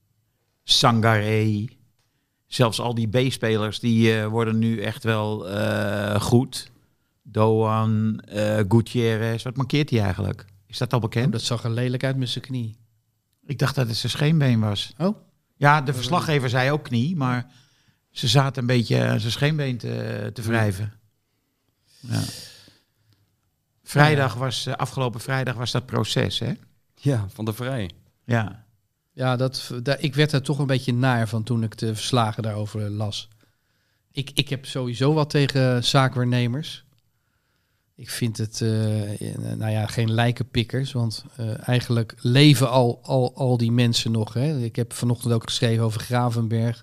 Sangaré. Zelfs al die B-spelers die worden nu echt wel goed. Doan, Gutierrez. Wat mankeert hij eigenlijk? Is dat al bekend? Dat zag er lelijk uit met zijn knie. Ik dacht dat het zijn scheenbeen was. Oh? Ja, de verslaggever zei ook knie, maar ze zaten een beetje zijn scheenbeen te wrijven. Ja. Afgelopen vrijdag was dat proces, hè? Ja, van de Vrij. Ja. Ja, ik werd er toch een beetje naar van toen ik de verslagen daarover las. Ik heb sowieso wat tegen zaakwaarnemers. Ik vind het geen lijkenpikkers, want eigenlijk leven al die mensen nog. Hè. Ik heb vanochtend ook geschreven over Gravenberg.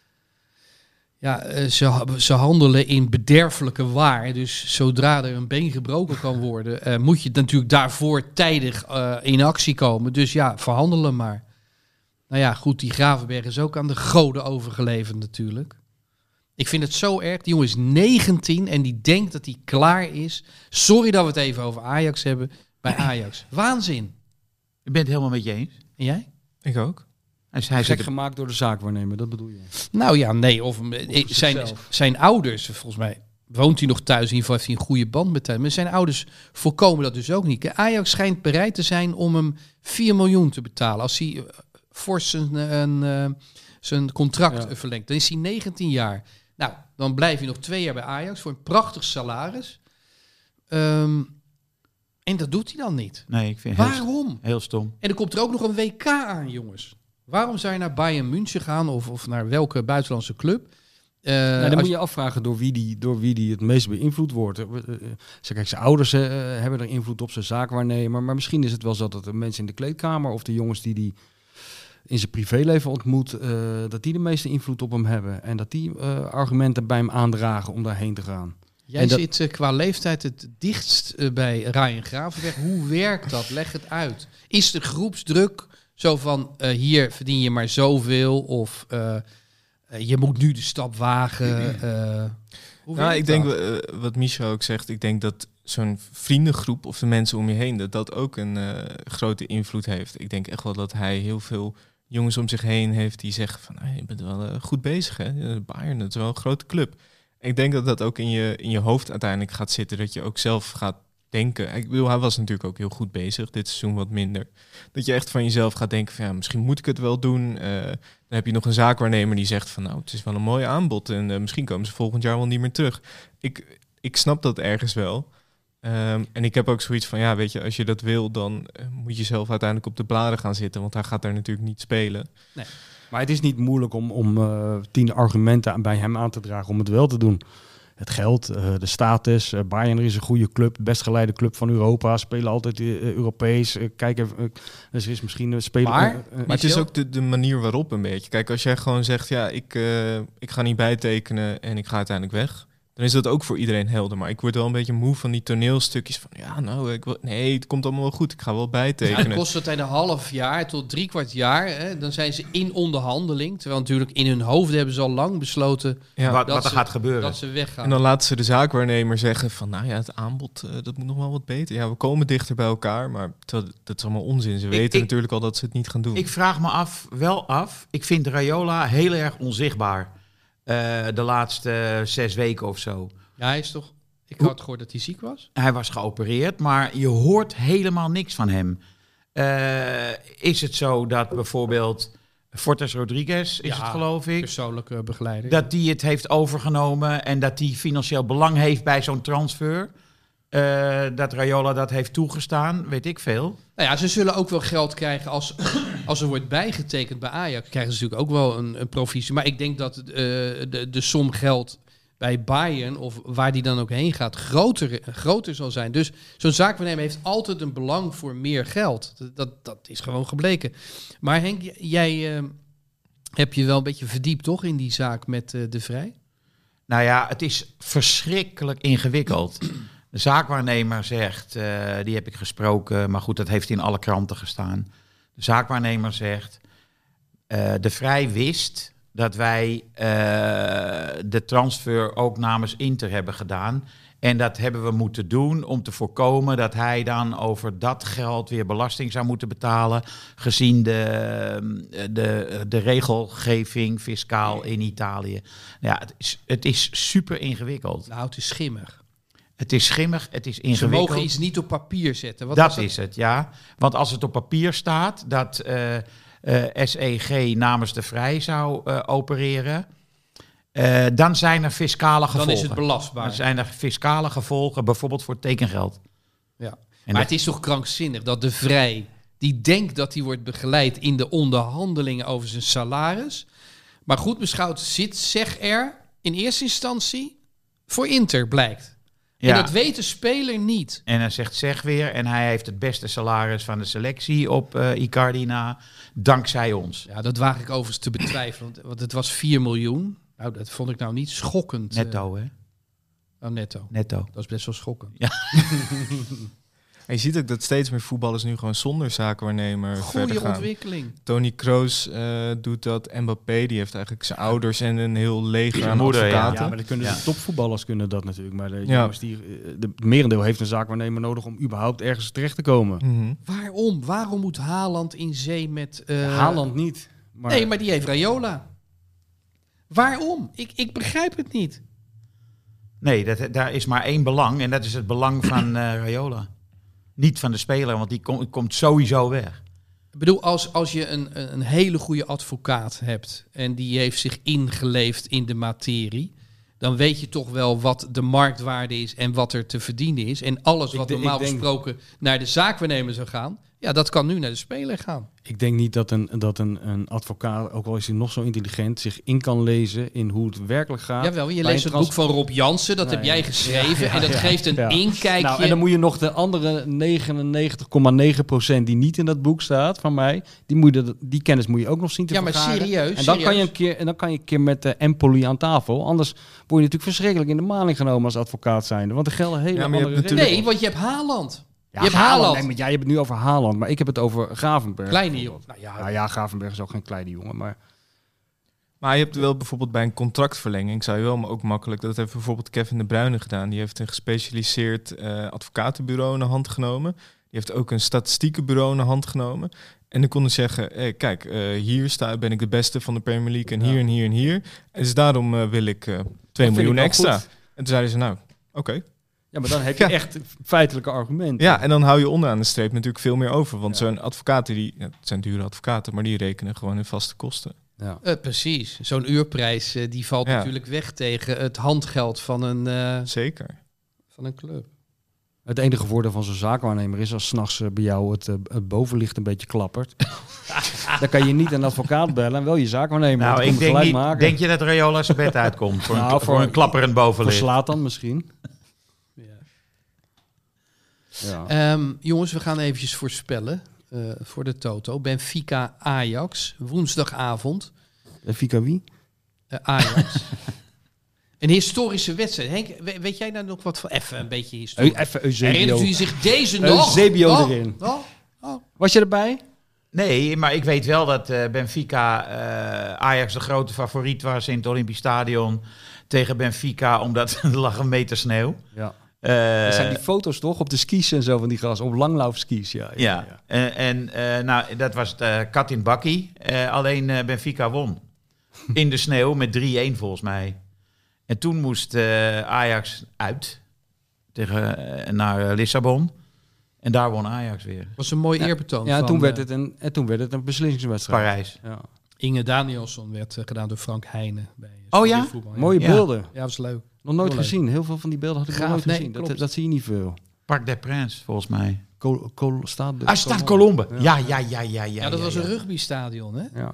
Ja, ze handelen in bederfelijke waar. Dus zodra er een been gebroken kan worden, moet je natuurlijk daarvoor tijdig in actie komen. Dus ja, verhandelen maar. Nou ja, goed, die Gravenberg is ook aan de goden overgeleverd natuurlijk. Ik vind het zo erg. Die jongen is 19 en die denkt dat hij klaar is. Sorry dat we het even over Ajax hebben. Bij Ajax. Waanzin. Ik ben het helemaal met je eens. En jij? Ik ook. Hij Gek zit gemaakt door de zaakwaarnemer, dat bedoel je? Nou ja, nee. Of zichzelf. zijn ouders, volgens mij woont hij nog thuis. In ieder geval heeft hij een goede band met hem. Maar zijn ouders voorkomen dat dus ook niet. Ajax schijnt bereid te zijn om hem 4 miljoen te betalen. Als hij fors zijn contract verlengt. Dan is hij 19 jaar. Nou, dan blijf je nog 2 jaar bij Ajax voor een prachtig salaris. En dat doet hij dan niet. Nee, ik vind het Waarom? heel stom. En er komt er ook nog een WK aan, jongens. Waarom zou je naar Bayern München gaan of naar welke buitenlandse club? Dan moet je afvragen door wie die het meest beïnvloed wordt. Kijk, zijn ouders hebben er invloed op, zijn zaakwaarnemer. Maar misschien is het wel zo dat de mensen in de kleedkamer of de jongens die in zijn privéleven ontmoet, dat die de meeste invloed op hem hebben. En dat die argumenten bij hem aandragen om daarheen te gaan. Jij zit qua leeftijd het dichtst bij Ryan Gravenberg. Hoe werkt dat? Leg het uit. Is de groepsdruk zo van hier verdien je maar zoveel of je moet nu de stap wagen? Ik denk wat Michel ook zegt. Ik denk dat zo'n vriendengroep of de mensen om je heen dat ook een grote invloed heeft. Ik denk echt wel dat hij heel veel jongens om zich heen heeft die zeggen van je bent wel goed bezig, hè? Bayern, dat is wel een grote club. Ik denk dat dat ook in je hoofd uiteindelijk gaat zitten. Dat je ook zelf gaat denken. Ik bedoel, hij was natuurlijk ook heel goed bezig. Dit seizoen wat minder. Dat je echt van jezelf gaat denken van, ja, misschien moet ik het wel doen. Dan heb je nog een zaakwaarnemer die zegt van, nou, het is wel een mooi aanbod. En misschien komen ze volgend jaar wel niet meer terug. Ik snap dat ergens wel. En ik heb ook zoiets van, ja, weet je, als je dat wil, dan moet je zelf uiteindelijk op de bladen gaan zitten. Want hij gaat daar natuurlijk niet spelen. Nee. Maar het is niet moeilijk om 10 argumenten bij hem aan te dragen om het wel te doen. Het geld, de status, Bayern is een goede club, best geleide club van Europa, spelen altijd Europees. Kijk even, dus is misschien een speler. Maar het is ook de manier waarop een beetje. Kijk, als jij gewoon zegt, ja, ik ga niet bijtekenen en ik ga uiteindelijk weg, dan is dat ook voor iedereen helder. Maar ik word wel een beetje moe van die toneelstukjes van, ja, nou, nee, het komt allemaal wel goed. Ik ga wel bijtekenen. Het kost het een half jaar tot 3/4 jaar. Hè, dan zijn ze in onderhandeling. Terwijl natuurlijk in hun hoofd hebben ze al lang besloten Wat er gaat gebeuren. dat ze weggaan. En dan laten ze de zaakwaarnemer zeggen van, nou ja, het aanbod, dat moet nog wel wat beter. Ja, we komen dichter bij elkaar, maar dat is allemaal onzin. Ze weten natuurlijk al dat ze het niet gaan doen. Ik vraag me wel af. Ik vind Raiola heel erg onzichtbaar. De laatste 6 weken of zo. Ja, hij is toch... Ik had gehoord dat hij ziek was. Hij was geopereerd, maar je hoort helemaal niks van hem. Is het zo dat bijvoorbeeld Fortes Rodriguez, is het geloof ik, persoonlijke begeleider. dat die het heeft overgenomen en dat die financieel belang heeft bij zo'n transfer? Dat Raiola dat heeft toegestaan, weet ik veel. Nou ja, ze zullen ook wel geld krijgen als er wordt bijgetekend bij Ajax. Krijgen ze natuurlijk ook wel een provisie. Maar ik denk dat de som geld bij Bayern, of waar die dan ook heen gaat, groter zal zijn. Dus zo'n zaakwaarnemer heeft altijd een belang voor meer geld. Dat is gewoon gebleken. Maar Henk, jij heb je wel een beetje verdiept, toch, in die zaak met De Vrij? Nou ja, het is verschrikkelijk ingewikkeld. De zaakwaarnemer zegt, die heb ik gesproken, maar goed, dat heeft in alle kranten gestaan. De zaakwaarnemer zegt, De Vrij wist dat wij de transfer ook namens Inter hebben gedaan. En dat hebben we moeten doen om te voorkomen dat hij dan over dat geld weer belasting zou moeten betalen, gezien de regelgeving fiscaal in Italië. Ja, het is super ingewikkeld. Nou, het is schimmig. Het is schimmig, het is Ze ingewikkeld. mogen iets niet op papier zetten. Wat Dat is het, ja. Want als het op papier staat dat SEG namens De Vrij zou opereren, dan zijn er fiscale gevolgen. Dan is het belastbaar. Dan zijn er fiscale gevolgen, bijvoorbeeld voor tekengeld. Ja. Maar het is toch krankzinnig dat De Vrij, die denkt dat hij wordt begeleid in de onderhandelingen over zijn salaris, maar goed beschouwd zit, zeg er in eerste instantie voor Inter, blijkt. Ja. En dat weet de speler niet. En hij zegt zeg weer, en hij heeft het beste salaris van de selectie op Icardi na, dankzij ons. Ja, dat waag ik overigens te betwijfelen, want het was 4 miljoen. Nou, dat vond ik nou niet schokkend. Netto, hè? Netto. Netto. Dat is best wel schokkend. Ja. En je ziet ook dat steeds meer voetballers nu gewoon zonder zaakwaarnemer verder Goede gaan. ontwikkeling. Toni Kroos doet dat. Mbappé, die heeft eigenlijk zijn ouders en een heel leger aan moeder, ja. advocaten. Ja, maar dat kunnen de topvoetballers kunnen dat natuurlijk. Maar de Ja. jongens het merendeel heeft een zaakwaarnemer nodig om überhaupt ergens terecht te komen. Mhm. Waarom? Waarom moet Haaland in zee met... Haaland niet. Maar Nee, maar die heeft Raiola. Waarom? Ik begrijp het niet. Nee, daar is maar één belang en dat is het belang van Raiola. Niet van de speler, want die komt sowieso weg. Ik bedoel, als je een hele goede advocaat hebt en die heeft zich ingeleefd in de materie, dan weet je toch wel wat de marktwaarde is en wat er te verdienen is. En alles wat normaal gesproken naar de zaakwaarnemer zou gaan, ja, dat kan nu naar de speler gaan. ik denk niet dat een advocaat, ook al is hij nog zo intelligent, zich in kan lezen in hoe het werkelijk gaat. Jawel, je bij leest een het boek van Rob Jansen, dat heb jij geschreven. En dat geeft een inkijkje. Nou, en dan moet je nog de andere 99,9% die niet in dat boek staat van mij, die kennis moet je ook nog zien te vergaren. maar serieus. En dan kan je een keer met Empoli aan tafel. Anders word je natuurlijk verschrikkelijk in de maling genomen als advocaat zijnde. Want er gelden hele Ja, maar je andere hebt regels. Nee, want je hebt Haaland. Ja, je hebt Haaland. Nee, maar jij hebt het nu over Haaland, maar ik heb het over Gravenberg. Kleine jongen. Nou ja, Gravenberg is ook geen kleine jongen, maar... Maar je hebt wel bijvoorbeeld bij een contractverlenging, zou je wel ook makkelijk, dat heeft bijvoorbeeld Kevin De Bruyne gedaan. Die heeft een gespecialiseerd advocatenbureau in de hand genomen. Die heeft ook een statistiekenbureau in de hand genomen. En dan kon hij zeggen, kijk, hier ben ik de beste van de Premier League en hier en hier en hier. En dus daarom wil ik 2 miljoen wel extra. goed. En toen zeiden ze, nou, oké. Ja, maar dan heb je echt feitelijke argumenten. Ja, en dan hou je onderaan de streep natuurlijk veel meer over. Want zo'n advocaten, het zijn dure advocaten, maar die rekenen gewoon hun vaste kosten. Ja. Precies. Zo'n uurprijs die valt natuurlijk weg tegen het handgeld van een Zeker. van een club. Het enige voordeel van zo'n zaakwaarnemer is als 's nachts bij jou het bovenlicht een beetje klappert. Dan kan je niet een advocaat bellen en wel je zaakwaarnemer. Nou, Dat ik kom je denk gelijk niet. maken. Denk je dat Rayola zijn bed uitkomt voor, Nou, voor een klapperend bovenlicht? Verslaat dan misschien. Ja. Jongens, we gaan eventjes voorspellen voor de Toto. Benfica Ajax, woensdagavond. Benfica wie? Ajax. Een historische wedstrijd. Henk, weet jij daar nog wat van? Even een beetje historie. Even Eusebio. Herinnert u zich deze nog? Eusebio erin. Oh. Was je erbij? Nee, maar ik weet wel dat Benfica Ajax de grote favoriet was in het Olympisch Stadion tegen Benfica, omdat er lag een meter sneeuw. Ja. Er zijn die foto's toch op de skis en zo van die gasten, op langlaufskis. Ja. Nou, dat was het kat in bakkie. Alleen Benfica won. In de sneeuw met 3-1 volgens mij. En toen moest Ajax uit naar Lissabon. En daar won Ajax weer. Was een mooi eerbetoon. Ja, en van, toen werd het een beslissingswedstrijd. Parijs. Ja. Inge Danielsson werd gedaan door Frank Heijnen. Bij Oh ja? voetbal. Mooie Ja. beelden. Ja, was leuk. Nog nooit Heel leuk. gezien. Heel veel van die beelden had ik nog Gaaf, nooit nee, gezien. klopt. Dat zie je niet veel. Parc des Princes, volgens mij. Staat Colombe. Ja. Ja, dat was een rugbystadion, hè? Ja.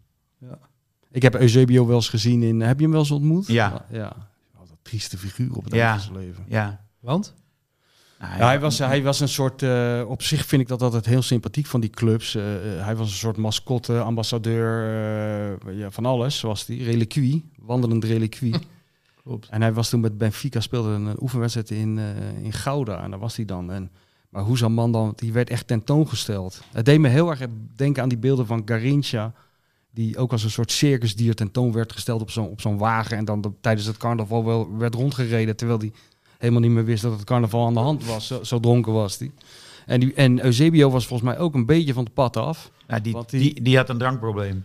Ik heb Eusebio wel eens gezien in... Heb je hem wel eens ontmoet? Ja. Ja. Wat een trieste figuur op het Ja. eind van zijn leven. Ja. Want? Nou, Ja, hij was een soort... op zich vind ik dat altijd heel sympathiek van die clubs. Hij was een soort mascotte, ambassadeur, van alles was hij. Reliquie, wandelend reliquie. Klopt. En hij was toen met Benfica, speelde een oefenwedstrijd in Gouda. En daar was hij dan. Maar hoe zo'n man dan... Die werd echt tentoongesteld. Het deed me heel erg denken aan die beelden van Garrincha, die ook als een soort circusdier tentoon werd gesteld op zo'n wagen. En dan tijdens het carnaval wel werd rondgereden, terwijl hij helemaal niet meer wist dat het carnaval aan de hand was. Zo dronken was hij. En Eusebio was volgens mij ook een beetje van het pad af. Ja, Want die had een drankprobleem.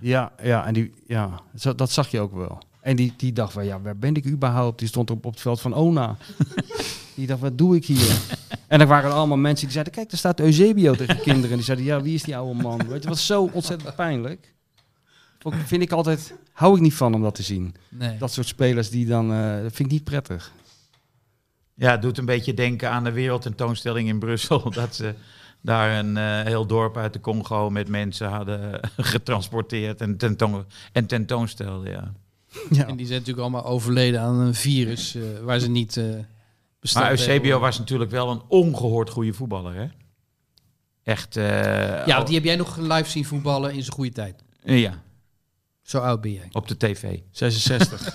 Dat zag je ook wel. En die dacht van, ja, waar ben ik überhaupt? Die stond op het veld van Ona. Die dacht, wat doe ik hier? En er waren allemaal mensen die zeiden, kijk, daar staat Eusebio tegen kinderen. En die zeiden, ja, wie is die oude man? Weet je, het was zo ontzettend pijnlijk. Vind ik altijd, hou ik niet van om dat te zien. Nee. Dat soort spelers die dan, dat vind ik niet prettig. Ja, het doet een beetje denken aan de wereldtentoonstelling in Brussel. Dat ze daar een heel dorp uit de Congo met mensen hadden getransporteerd en tentoonstelden. Ja. Ja. En die zijn natuurlijk allemaal overleden aan een virus waar ze niet bestaan. Maar Eusebio was natuurlijk wel een ongehoord goede voetballer, hè? Echt. Ja, die heb jij nog live zien voetballen in zijn goede tijd. Ja, Zo oud ben jij. op de tv. 66.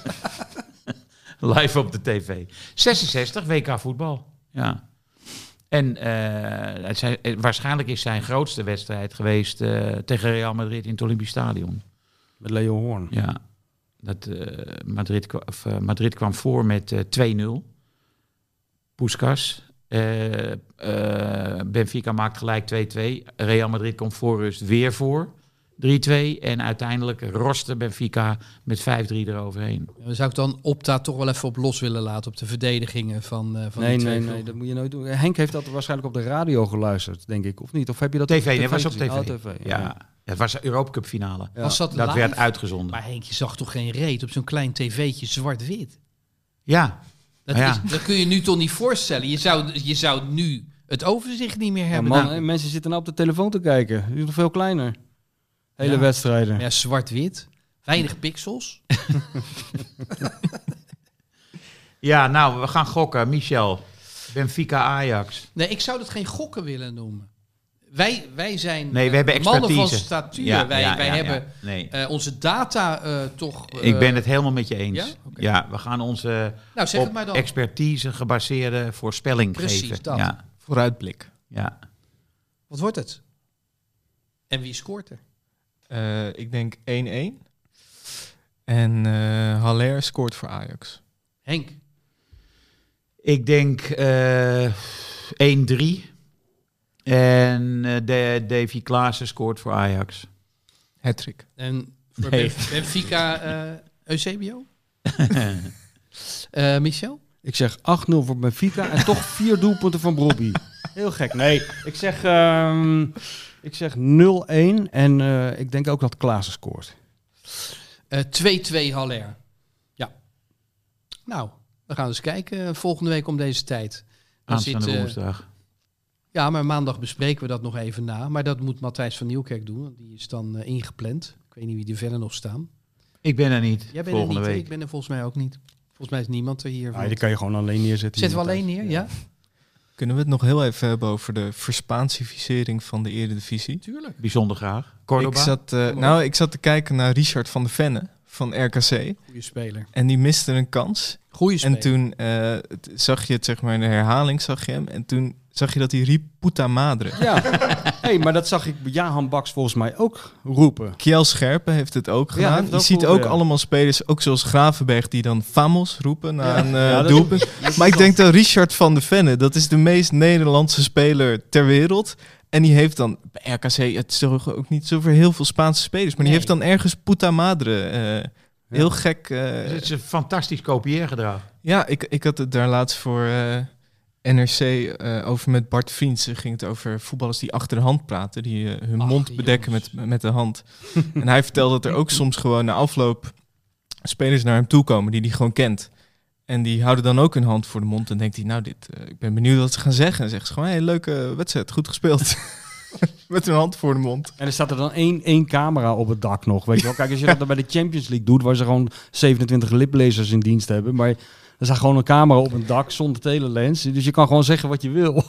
Live op de tv. 66, WK voetbal. Ja. En waarschijnlijk is zijn grootste wedstrijd geweest tegen Real Madrid in het Olympisch Stadion. Met Leo Hoorn. Ja. Dat, Madrid kwam voor met 2-0. Puskas. Benfica maakt gelijk 2-2. Real Madrid komt voor rust weer voor. 3-2. En uiteindelijk roste Benfica met 5-3 eroverheen. We zou ik dan Opta toch wel even op los willen laten op de verdedigingen van Nee, die twee nee, ploegen. dat moet je nooit doen. Henk heeft dat waarschijnlijk op de radio geluisterd, denk ik. Of niet? Of heb je dat TV, op dat was op gezien? tv. Oh, TV. Ja. Het was de Europa Cup finale. Ja. Was dat Dat live? werd uitgezonden. Maar Henk, je zag toch geen reet op zo'n klein tv'tje zwart-wit? Ja. Dat, Ja. dat kun je nu toch niet voorstellen? Je zou nu het overzicht niet meer Ja, hebben. man, Nou, mensen zitten nou op de telefoon te kijken. Die is nog veel kleiner. Hele Ja. wedstrijden. ja, zwart-wit. Weinig pixels. Ja, nou, we gaan gokken. Michel. Benfica Ajax. Nee, ik zou dat geen gokken willen noemen. Wij zijn Nee, we hebben mannen van expertise. statuur. Ja, wij ja, hebben Nee. onze data toch... Ik ben het helemaal met je eens. ja? Oké. Ja, we gaan onze Nou, zeg op het maar dan. expertise gebaseerde voorspelling Precies, geven. dat. Ja, Vooruitblik. ja. Wat wordt het? En wie scoort er? Ik denk 1-1. En Haller scoort voor Ajax. Henk. Ik denk 1-3. En Davy Klaassen scoort voor Ajax. Hattrick. En voor Nee. Benfica Eusebio? Michel? Ik zeg 8-0 voor Benfica en toch 4 doelpunten van Brobbey. Heel gek. Nee, ik zeg 0-1 en ik denk ook dat Klaassen scoort. 2-2 Haller. Ja. Nou, we gaan eens kijken volgende week om deze tijd. Dan Aanstaande woensdag. Ja, maar maandag bespreken we dat nog even na. Maar dat moet Matthijs van Nieuwkerk doen. Want die is dan ingepland. Ik weet niet wie er verder nog staan. Ik ben er niet. Jij bent volgende er niet, week. Ik ben er volgens mij ook niet. Volgens mij is niemand er hier. Die kan je gewoon alleen neerzetten. Zetten we alleen neer, ja? Kunnen we het nog heel even hebben over de verspaansificering van de Eredivisie? Tuurlijk. Bijzonder graag. Cordoba? Ik zat te kijken naar Richard van der Venne van RKC. Goeie speler. En die miste een kans. Goeie speler. En toen zag je het, zeg maar, in de herhaling zag je hem. En toen zag je dat hij riep puta madre. Ja, maar dat zag ik Jahan Baks volgens mij ook roepen. Kjell Scherpen heeft het ook gedaan. heeft Je ook ziet geroepen, ook ja. allemaal spelers, ook zoals Gravenberg, die dan Vamos roepen na een dat doelpunt. is- Maar ik denk dat Richard van der Venne, dat is de meest Nederlandse speler ter wereld. En die heeft dan, bij RKC, het is toch ook niet zoveel heel veel Spaanse spelers, maar die heeft dan ergens puta madre. Heel gek. Dus het is een fantastisch kopieergedrag. Ja, ik had het daar laatst voor NRC over met Bart Vriends. Ging het over voetballers die achter de hand praten. Die hun mond bedekken met de hand. En hij vertelde dat er ook soms gewoon na afloop spelers naar hem toe komen die gewoon kent. En die houden dan ook hun hand voor de mond. En denkt hij, nou ik ben benieuwd wat ze gaan zeggen. En zegt ze gewoon, hey, leuke wedstrijd, goed gespeeld. Met hun hand voor de mond. En er staat er dan één camera op het dak nog. Weet je wel? Kijk, als je dat dan bij de Champions League doet, waar ze gewoon 27 liplezers in dienst hebben. Maar er staat gewoon een camera op een dak zonder telelens. Dus je kan gewoon zeggen wat je wil.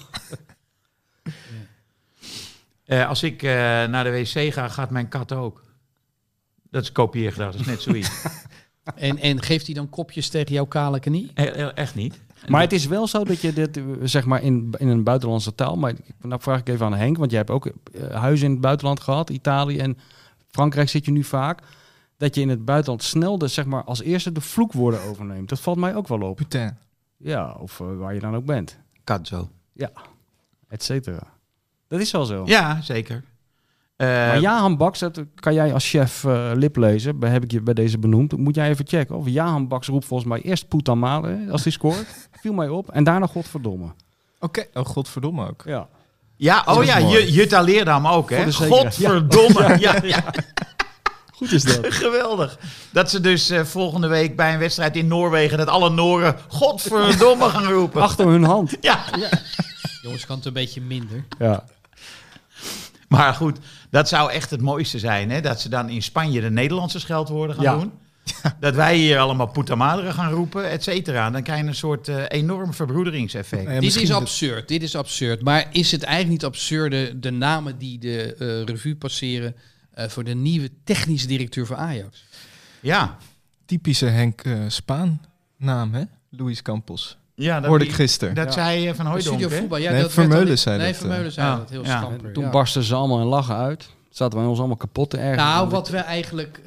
Als ik naar de wc ga, gaat mijn kat ook. Dat is kopieergedrag, dat is net zoiets. En geeft hij dan kopjes tegen jouw kale knie? Echt niet. Maar het is wel zo dat je dit, zeg maar, in een buitenlandse taal... Maar nou vraag ik even aan Henk, want jij hebt ook huizen in het buitenland gehad. Italië en Frankrijk zit je nu vaak. Dat je in het buitenland snel zeg maar, als eerste de vloekwoorden overneemt. Dat valt mij ook wel op. Putain. Ja, of waar je dan ook bent. Cazzo. Ja, et cetera. Dat is wel zo. Ja, zeker. Maar Jahan Baks, dat kan jij als chef lip lezen, heb ik je bij deze benoemd. Moet jij even checken. Of Jahan Baks roept volgens mij eerst puta madre als hij scoort. Viel mij op. En daarna godverdomme. Oké. Oh, godverdomme ook. Ja. Ja, Dat is mooi. Jutta Leerdam ook, hè? Voor de zekerheid. Godverdomme. Ja. Goed is dat. Geweldig. Dat ze dus volgende week bij een wedstrijd in Noorwegen... dat alle Nooren godverdomme gaan roepen. Achter hun hand. Ja. Jongens, kan het een beetje minder. Ja. Maar goed, dat zou echt het mooiste zijn, hè? Dat ze dan in Spanje de Nederlandse scheldwoorden gaan doen. Dat wij hier allemaal puta madre gaan roepen, et cetera. Dan krijg je een soort enorm verbroederingseffect. Nou ja, Dit is misschien absurd. Dit is absurd. Maar is het eigenlijk niet absurde de namen die de revue passeren voor de nieuwe technische directeur van Ajax? Ja. typische Henk Spaan naam, hè? Luis Campos. Ja, dat Hoorde ik gisteren. Dat zei Van Hooijdonk, Studio hè? voetbal. Ja, Nee, dat Vermeulen werd zei dan- dat, Nee, Vermeulen zei dat heel ja. schamper. Toen ja. barsten ze allemaal in lachen uit. Zaten wij ons allemaal kapot te ergeren. Nou, wat we eigenlijk...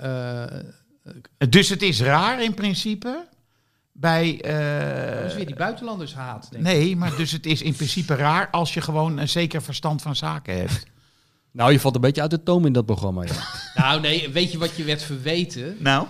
Dus het is raar in principe bij... dat is weer die buitenlanders haat, denk ik. nee, maar dus het is in principe raar als je gewoon een zeker verstand van zaken hebt. Nou, je valt een beetje uit de toom in dat programma, ja. Nou, nee, weet je wat je werd verweten? Nou?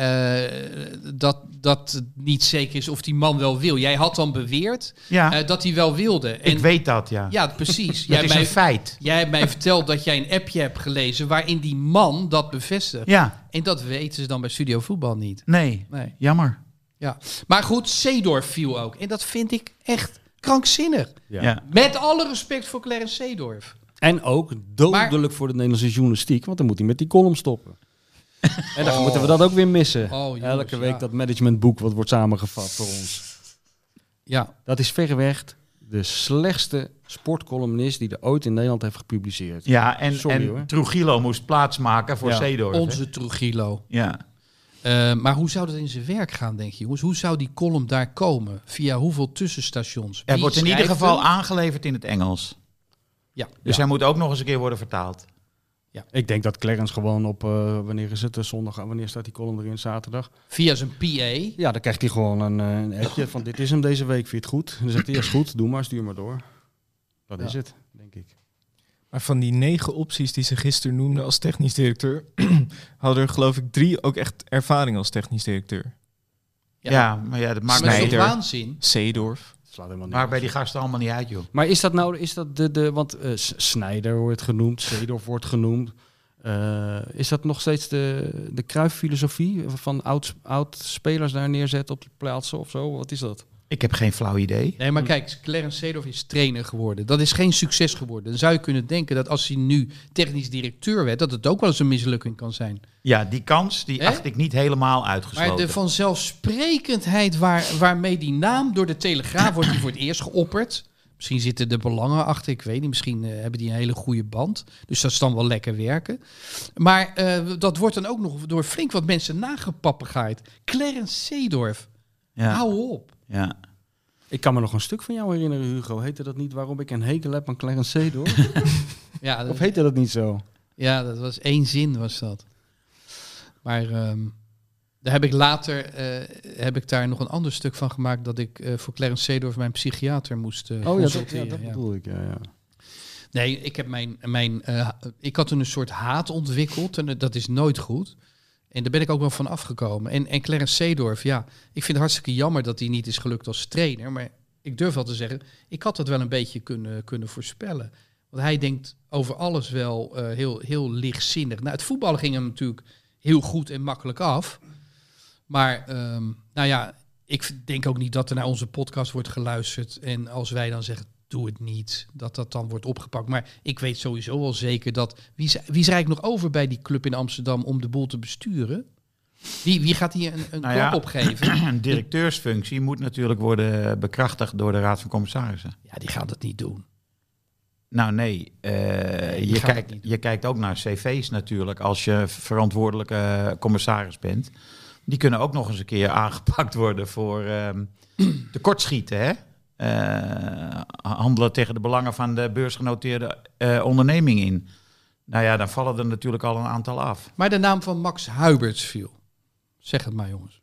Dat het niet zeker is of die man wel wil. Jij had dan beweerd Ja, dat hij wel wilde. En, ik weet dat, ja. Ja, precies. Dat is een feit. Jij hebt mij verteld dat jij een appje hebt gelezen waarin die man dat bevestigt. Ja, En dat weten ze dan bij Studio Voetbal niet. nee, Nee. jammer. Ja. Maar goed, Seedorf viel ook. En dat vind ik echt krankzinnig. Ja. Met alle respect voor Clarence Seedorf. En ook dodelijk voor de Nederlandse journalistiek, want dan moet hij met die column stoppen. En dan moeten we dat ook weer missen. Jongens, Elke week ja. dat managementboek wat wordt samengevat voor ons. Ja. Dat is verreweg de slechtste sportcolumnist die er ooit in Nederland heeft gepubliceerd. Ja, en, Sorry, hoor. Trujillo moest plaatsmaken voor Ja. Seedorf. hè? Onze Trujillo. Ja. Maar hoe zou dat in zijn werk gaan, denk je, jongens? Hoe zou die column daar komen? Via hoeveel tussenstations? Er Wie wordt in ieder schrijft geval hem? aangeleverd in het Engels. Ja. Dus hij moet ook nog eens een keer worden vertaald. Ik denk dat Clarence gewoon op, wanneer is het, zondag, wanneer staat die column erin, zaterdag? Via zijn PA. Ja, dan krijgt hij gewoon een appje van dit is hem deze week, vind je het goed? En dan zegt hij, ja, is goed, doe maar, stuur maar door. Dat is het, denk ik. Maar van die 9 opties die ze gisteren noemden als technisch directeur, hadden er geloof ik 3 ook echt ervaring als technisch directeur. Ja, maar ja, dat maakt Maar dat is niet toch uit. waanzin? Seedorf. Slaat helemaal niet Maar op. bij die gasten allemaal niet uit, joh. Maar is dat nou, want Sneijder wordt genoemd, Seedorf wordt genoemd. Is dat nog steeds de Cruyff-filosofie van oud-spelers daar neerzetten op die plaatsen of zo? Wat is dat? Ik heb geen flauw idee. Nee, maar kijk, Clarence Seedorf is trainer geworden. Dat is geen succes geworden. Dan zou je kunnen denken dat als hij nu technisch directeur werd, dat het ook wel eens een mislukking kan zijn. Ja, die kans, die Hè? acht ik niet helemaal Maar uitgesloten. de vanzelfsprekendheid waarmee die naam door de Telegraaf wordt die voor het eerst geopperd. Misschien zitten de belangen achter, ik weet niet. Misschien hebben die een hele goede band. Dus dat is dan wel lekker werken. Maar dat wordt dan ook nog door flink wat mensen nagepapegaaid. Clarence Seedorf, Ja, hou op. ja. Ik kan me nog een stuk van jou herinneren, Hugo. Heette dat niet waarom ik een hekel heb aan Clarence Seedorf? Ja, Of heette dat niet zo? ja, dat was 1 zin was dat. Maar daar heb ik later heb ik daar nog een ander stuk van gemaakt dat ik voor Clarence Seedorf mijn psychiater moest consulteren. dat ja. bedoel ik. Ja. Nee, ik heb ik had toen een soort haat ontwikkeld en dat is nooit goed. En daar ben ik ook wel van afgekomen. En Clarence Seedorf, ja, ik vind het hartstikke jammer dat hij niet is gelukt als trainer. Maar ik durf wel te zeggen, ik had dat wel een beetje kunnen voorspellen. Want hij denkt over alles wel heel lichtzinnig. Nou, het voetballen ging hem natuurlijk heel goed en makkelijk af. Maar nou ja, ik denk ook niet dat er naar onze podcast wordt geluisterd. En als wij dan zeggen, doe het niet, dat dan wordt opgepakt. Maar ik weet sowieso wel zeker dat... Wie is eigenlijk nog over bij die club in Amsterdam om de boel te besturen? Wie gaat hier een Nou klap ja, opgeven? Een directeursfunctie moet natuurlijk worden bekrachtigd door de Raad van Commissarissen. Ja, die gaat het niet doen. Nou nee, die gaat het niet doen. je kijkt ook naar cv's natuurlijk als je verantwoordelijke commissaris bent. Die kunnen ook nog eens een keer aangepakt worden voor tekortschieten, hè? Handelen tegen de belangen van de beursgenoteerde onderneming in. Nou ja, dan vallen er natuurlijk al een aantal af. Maar de naam van Max Huiberts viel. Zeg het maar, jongens.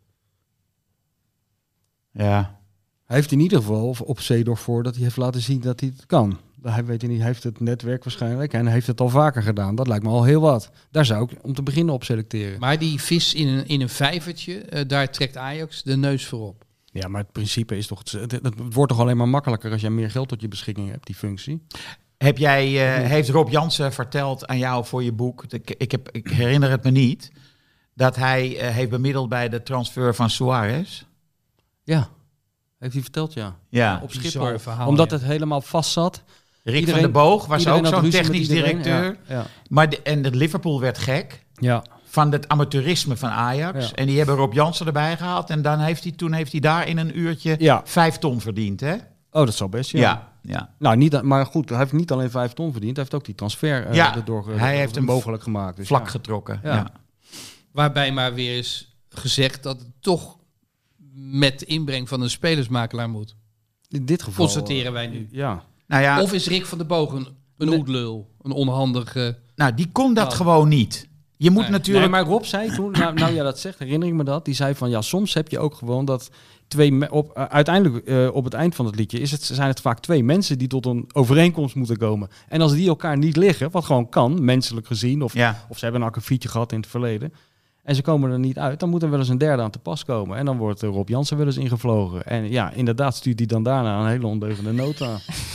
Ja, Hij heeft in ieder geval op Seedorf voor dat hij heeft laten zien dat hij het kan. Hij weet niet, hij heeft het netwerk waarschijnlijk en hij heeft het al vaker gedaan. Dat lijkt me al heel wat. Daar zou ik om te beginnen op selecteren. Maar die vis in een vijvertje, daar trekt Ajax de neus voor op. Ja, maar het principe is toch... Het wordt toch alleen maar makkelijker als je meer geld tot je beschikking hebt, die functie. heeft Rob Jansen verteld aan jou voor je boek, ik herinner het me niet, dat hij heeft bemiddeld bij de transfer van Suarez? Ja, heeft hij verteld, ja. Ja. Op Bizar Schiphol. verhaal, Omdat ja. het helemaal vast zat. Rick van der Boog was iedereen ook had zo'n ruzie met technisch iedereen. directeur. Ja, Maar de Liverpool werd gek ja. van het amateurisme van Ajax. Ja. En die hebben Rob Jansen erbij gehaald. En dan heeft hij daar in een uurtje Ja. 5 ton verdiend, hè? Oh, dat zou best, ja. Ja. Nou, maar goed, hij heeft niet alleen 5 ton verdiend. Hij heeft ook die transfer Ja, erdoor hij heeft hem mogelijk gemaakt. Dus Vlak ja. getrokken. Ja. Ja. Waarbij maar weer is gezegd dat het toch met de inbreng van een spelersmakelaar moet. In dit geval... Constateren wij nu. Ja. Nou ja, Of is Rick van der Boog een Nee. oetlul, een onhandige... nou, die kon dat Nou. gewoon niet. Je moet Nee. natuurlijk... Nee, maar Rob zei toen, nou ja, dat zegt, herinner ik me dat. Die zei van, ja, soms heb je ook gewoon dat uiteindelijk op het eind van het liedje zijn het vaak 2 mensen die tot een overeenkomst moeten komen. En als die elkaar niet liggen, wat gewoon kan, menselijk gezien, of Ja. ze hebben een akkefietje gehad in het verleden, en ze komen er niet uit, dan moet er wel eens een derde aan te pas komen. En dan wordt Rob Jansen wel eens ingevlogen. En ja, inderdaad stuurt hij dan daarna een hele ondeugende nota.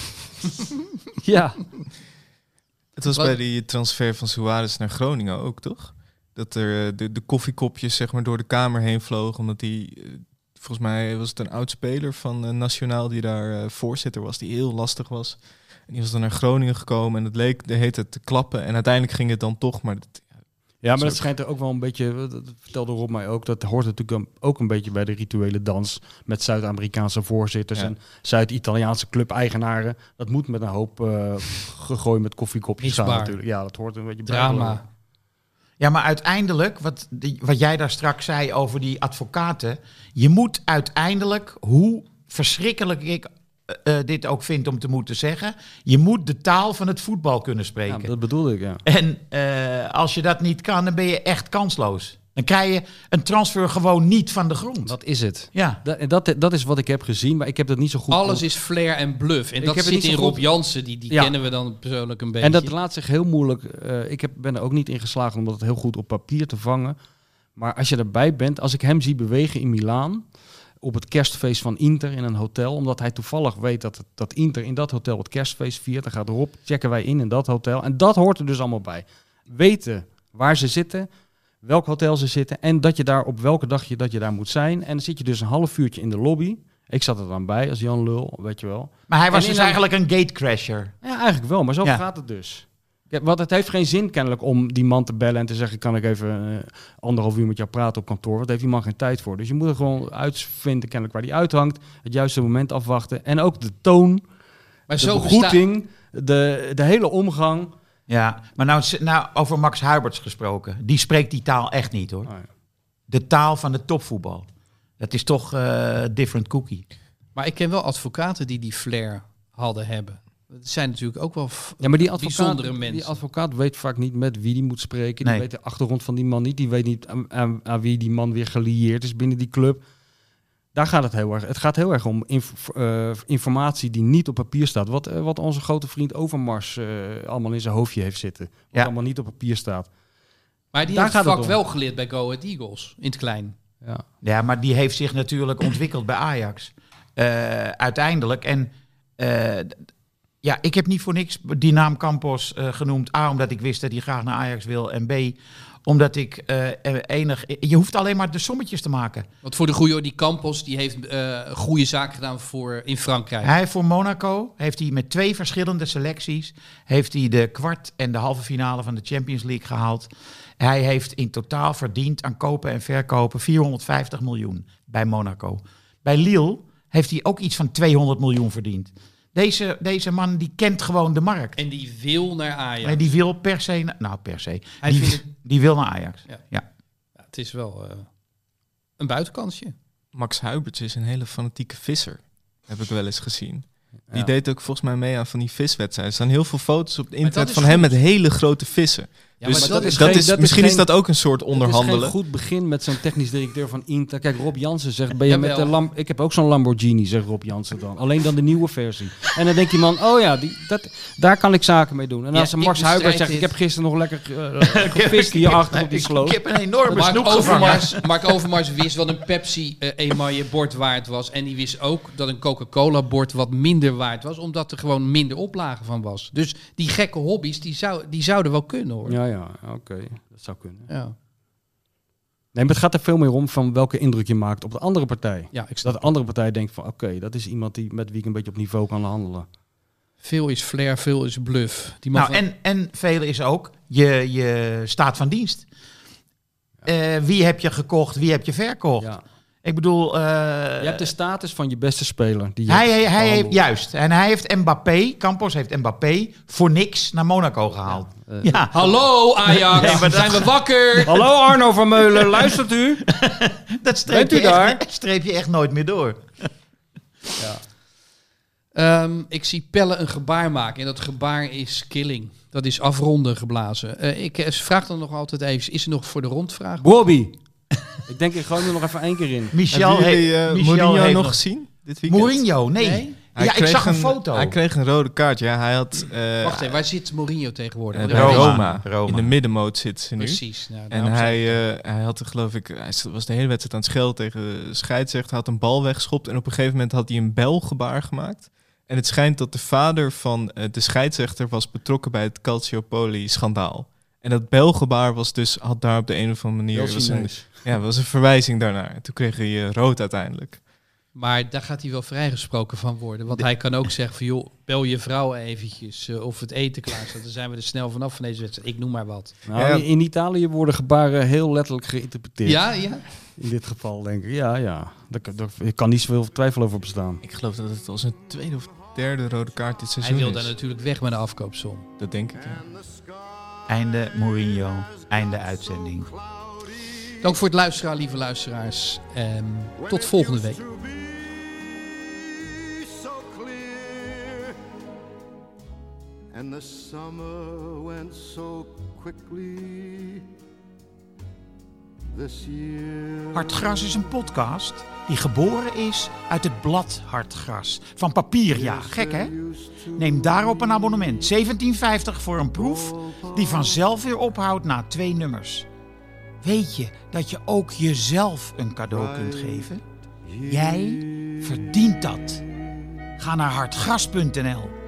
Ja. Het was Wat? bij die transfer van Suarez naar Groningen ook, toch? Dat er de koffiekopjes zeg maar door de kamer heen vlogen, omdat die... volgens mij was het een oud-speler van Nationaal die daar voorzitter was, die heel lastig was. En die was dan naar Groningen gekomen en het leek de hele tijd te klappen. En uiteindelijk ging het dan toch, maar... Ja, maar Zo. dat schijnt er ook wel een beetje, dat vertelde Rob mij ook, dat hoort natuurlijk ook een beetje bij de rituele dans met Zuid-Amerikaanse voorzitters Ja. en Zuid-Italiaanse club-eigenaren. Dat moet met een hoop gegooid met koffiekopjes gaan Misbaar. natuurlijk. Ja, dat hoort een beetje bij. Drama. Ja, maar uiteindelijk, wat jij daar straks zei over die advocaten, je moet uiteindelijk, hoe verschrikkelijk ik dit ook vind om te moeten zeggen, je moet de taal van het voetbal kunnen spreken. Ja, dat bedoelde ik, ja. En als je dat niet kan, dan ben je echt kansloos. Dan krijg je een transfer gewoon niet van de grond. Dat is het. Ja. Dat is wat ik heb gezien, maar ik heb dat niet zo goed... Alles is flair en bluff. En Ik dat heb het zit niet in zo Rob goed- Jansen, die Ja. kennen we dan persoonlijk een beetje. En dat laat zich heel moeilijk... ben er ook niet in geslaagd om dat heel goed op papier te vangen. Maar als je erbij bent, als ik hem zie bewegen in Milaan, op het kerstfeest van Inter in een hotel. Omdat hij toevallig weet dat Inter in dat hotel het kerstfeest viert. Dan gaat Rob, checken wij in dat hotel. En dat hoort er dus allemaal bij. Weten waar ze zitten, welk hotel ze zitten. En dat je daar op welke dag dat je daar moet zijn. En dan zit je dus een half uurtje in de lobby. Ik zat er dan bij als Jan Lul, weet je wel. Maar hij was En dus in eigenlijk een gatecrasher. Ja, eigenlijk wel, maar zo Ja. gaat het dus. Want het heeft geen zin kennelijk om die man te bellen en te zeggen... kan ik even 1,5 uur met jou praten op kantoor? Want daar heeft die man geen tijd voor. Dus je moet er gewoon uitvinden kennelijk waar die uithangt. Het juiste moment afwachten. En ook de toon, Maar de zo begroeting, de hele omgang. Ja, maar nou over Max Huiberts gesproken. Die spreekt die taal echt niet, hoor. Oh ja. De taal van de topvoetbal. Dat is toch different cookie. Maar ik ken wel advocaten die flair hebben. Het zijn natuurlijk ook wel Ja, maar die bijzondere mensen. Die advocaat weet vaak niet met wie die moet spreken. Nee. Die weet de achtergrond van die man niet. Die weet niet aan wie die man weer gelieerd is binnen die club. Daar gaat het heel erg. Het gaat heel erg om informatie die niet op papier staat. Wat onze grote vriend Overmars allemaal in zijn hoofdje heeft zitten. Wat Ja. allemaal niet op papier staat. Maar die Daar heeft gaat het vak om. wel geleerd bij Go Ahead Eagles, in het klein. Ja. Ja, maar die heeft zich natuurlijk ontwikkeld bij Ajax. Uiteindelijk. En ja, ik heb niet voor niks die naam Campos genoemd. A, omdat ik wist dat hij graag naar Ajax wil. En B, omdat ik je hoeft alleen maar de sommetjes te maken. Want voor de goede die Campos, die heeft goede zaken gedaan in Frankrijk. Hij voor Monaco heeft hij met 2 verschillende selecties heeft hij de kwart en de halve finale van de Champions League gehaald. Hij heeft in totaal verdiend aan kopen en verkopen 450 miljoen bij Monaco. Bij Lille heeft hij ook iets van 200 miljoen verdiend. Deze man die kent gewoon de markt. En die wil naar Ajax. Nee, die wil per se... per se. Hij vindt het- Die wil naar Ajax. Ja. Ja. Ja, het is wel een buitenkansje. Max Huiberts is een hele fanatieke visser. Heb ik wel eens gezien. Die Ja. deed ook volgens mij mee aan van die viswedstrijden. Er staan heel veel foto's op het dat internet is van hem goed. met hele grote vissen. Ja, Dus maar dat dat is, geen- misschien is geen- dat ook een soort onderhandelen. Het is geen goed begin met zo'n technisch directeur van Inter. Kijk, Rob Jansen zegt, ben je Jawel. met de ik heb ook zo'n Lamborghini, zegt Rob Jansen dan. Alleen dan de nieuwe versie. En dan denkt die man, oh ja, daar kan ik zaken mee doen. En Ja, als ik Max bestrijd Huibert zegt, dit. ik heb gisteren nog lekker gevist hierachter op die sloot. Ik heb een enorme Mark snoek gevangen. Mark Overmars wist wat een Pepsi emaille bord waard was. En die wist ook dat een Coca-Cola bord wat minder waard was. Omdat er gewoon minder oplage van was. Dus die gekke hobby's, die zouden wel kunnen, hoor. Ja, oké. Dat zou kunnen. Ja, Nee, maar het gaat er veel meer om van welke indruk je maakt op de andere partij. ja ik snap Dat de andere partij denkt van, oké, dat is iemand met wie ik een beetje op niveau kan handelen. Veel is flair, veel is bluff. Die man Nou, van- en veel is ook je staat van dienst. Wie heb je gekocht, wie heb je verkocht? Ja. Ik bedoel... Je hebt de status van je beste speler. Die je Hij hebt heeft behandeld. juist. En hij heeft Mbappé, Campos heeft Mbappé voor niks naar Monaco gehaald. Ja, Hallo Ajax, Nee, maar dat- zijn we wakker? Hallo Arno van Meulen, luistert u? dat streep Bent u je, daar? streep je echt nooit meer door. Ik zie Pelle een gebaar maken. En dat gebaar is killing. Dat is afronden geblazen. Ik vraag dan nog altijd even, is er nog voor de rondvraag? Bobby. Ik denk, ik gooi er nog even 1 keer in. Michel Hebben jullie Michel Mourinho heeft nog gezien dit weekend? Mourinho, nee. Nee? Hij Ja, ik kreeg zag een foto. Hij kreeg een rode kaart. Ja, hij had... Wacht even, waar zit Mourinho tegenwoordig? bij Roma. Roma. In de middenmoot zitten ze nu. Precies. Nou, En daarom zei ik hij had er, geloof ik, hij was de hele wedstrijd aan het schelden tegen de scheidsrechter. Hij had een bal weggeschopt en op een gegeven moment had hij een belgebaar gemaakt. En het schijnt dat de vader van de scheidsrechter was betrokken bij het Calciopoli-schandaal. En dat belgebaar had daar op de een of andere manier... was een verwijzing daarnaar. En toen kreeg hij rood uiteindelijk. Maar daar gaat hij wel vrijgesproken van worden. Want hij kan ook zeggen van, joh, bel je vrouw eventjes of het eten klaar staat. Dan zijn we er snel vanaf van deze wedstrijd. Ik noem maar wat. Nou, Ja. in Italië worden gebaren heel letterlijk geïnterpreteerd. Ja. In dit geval, denk ik. Ja. Daar kan niet zoveel twijfel over bestaan. Ik geloof dat het al zijn tweede of derde rode kaart dit Hij seizoen wil is. daar natuurlijk weg met de afkoopsom. Dat denk ik, ja. Einde Mourinho, einde uitzending. Dank voor het luisteren, lieve luisteraars. Tot volgende week. So clear, and the summer went so quickly this year. Hartgras is een podcast die geboren is uit het blad Hartgras. Van papier, ja. Gek, hè? Neem daarop een abonnement. $17,50 voor een proef die vanzelf weer ophoudt na 2 nummers. Weet je dat je ook jezelf een cadeau kunt geven? Jij verdient dat. Ga naar hartgras.nl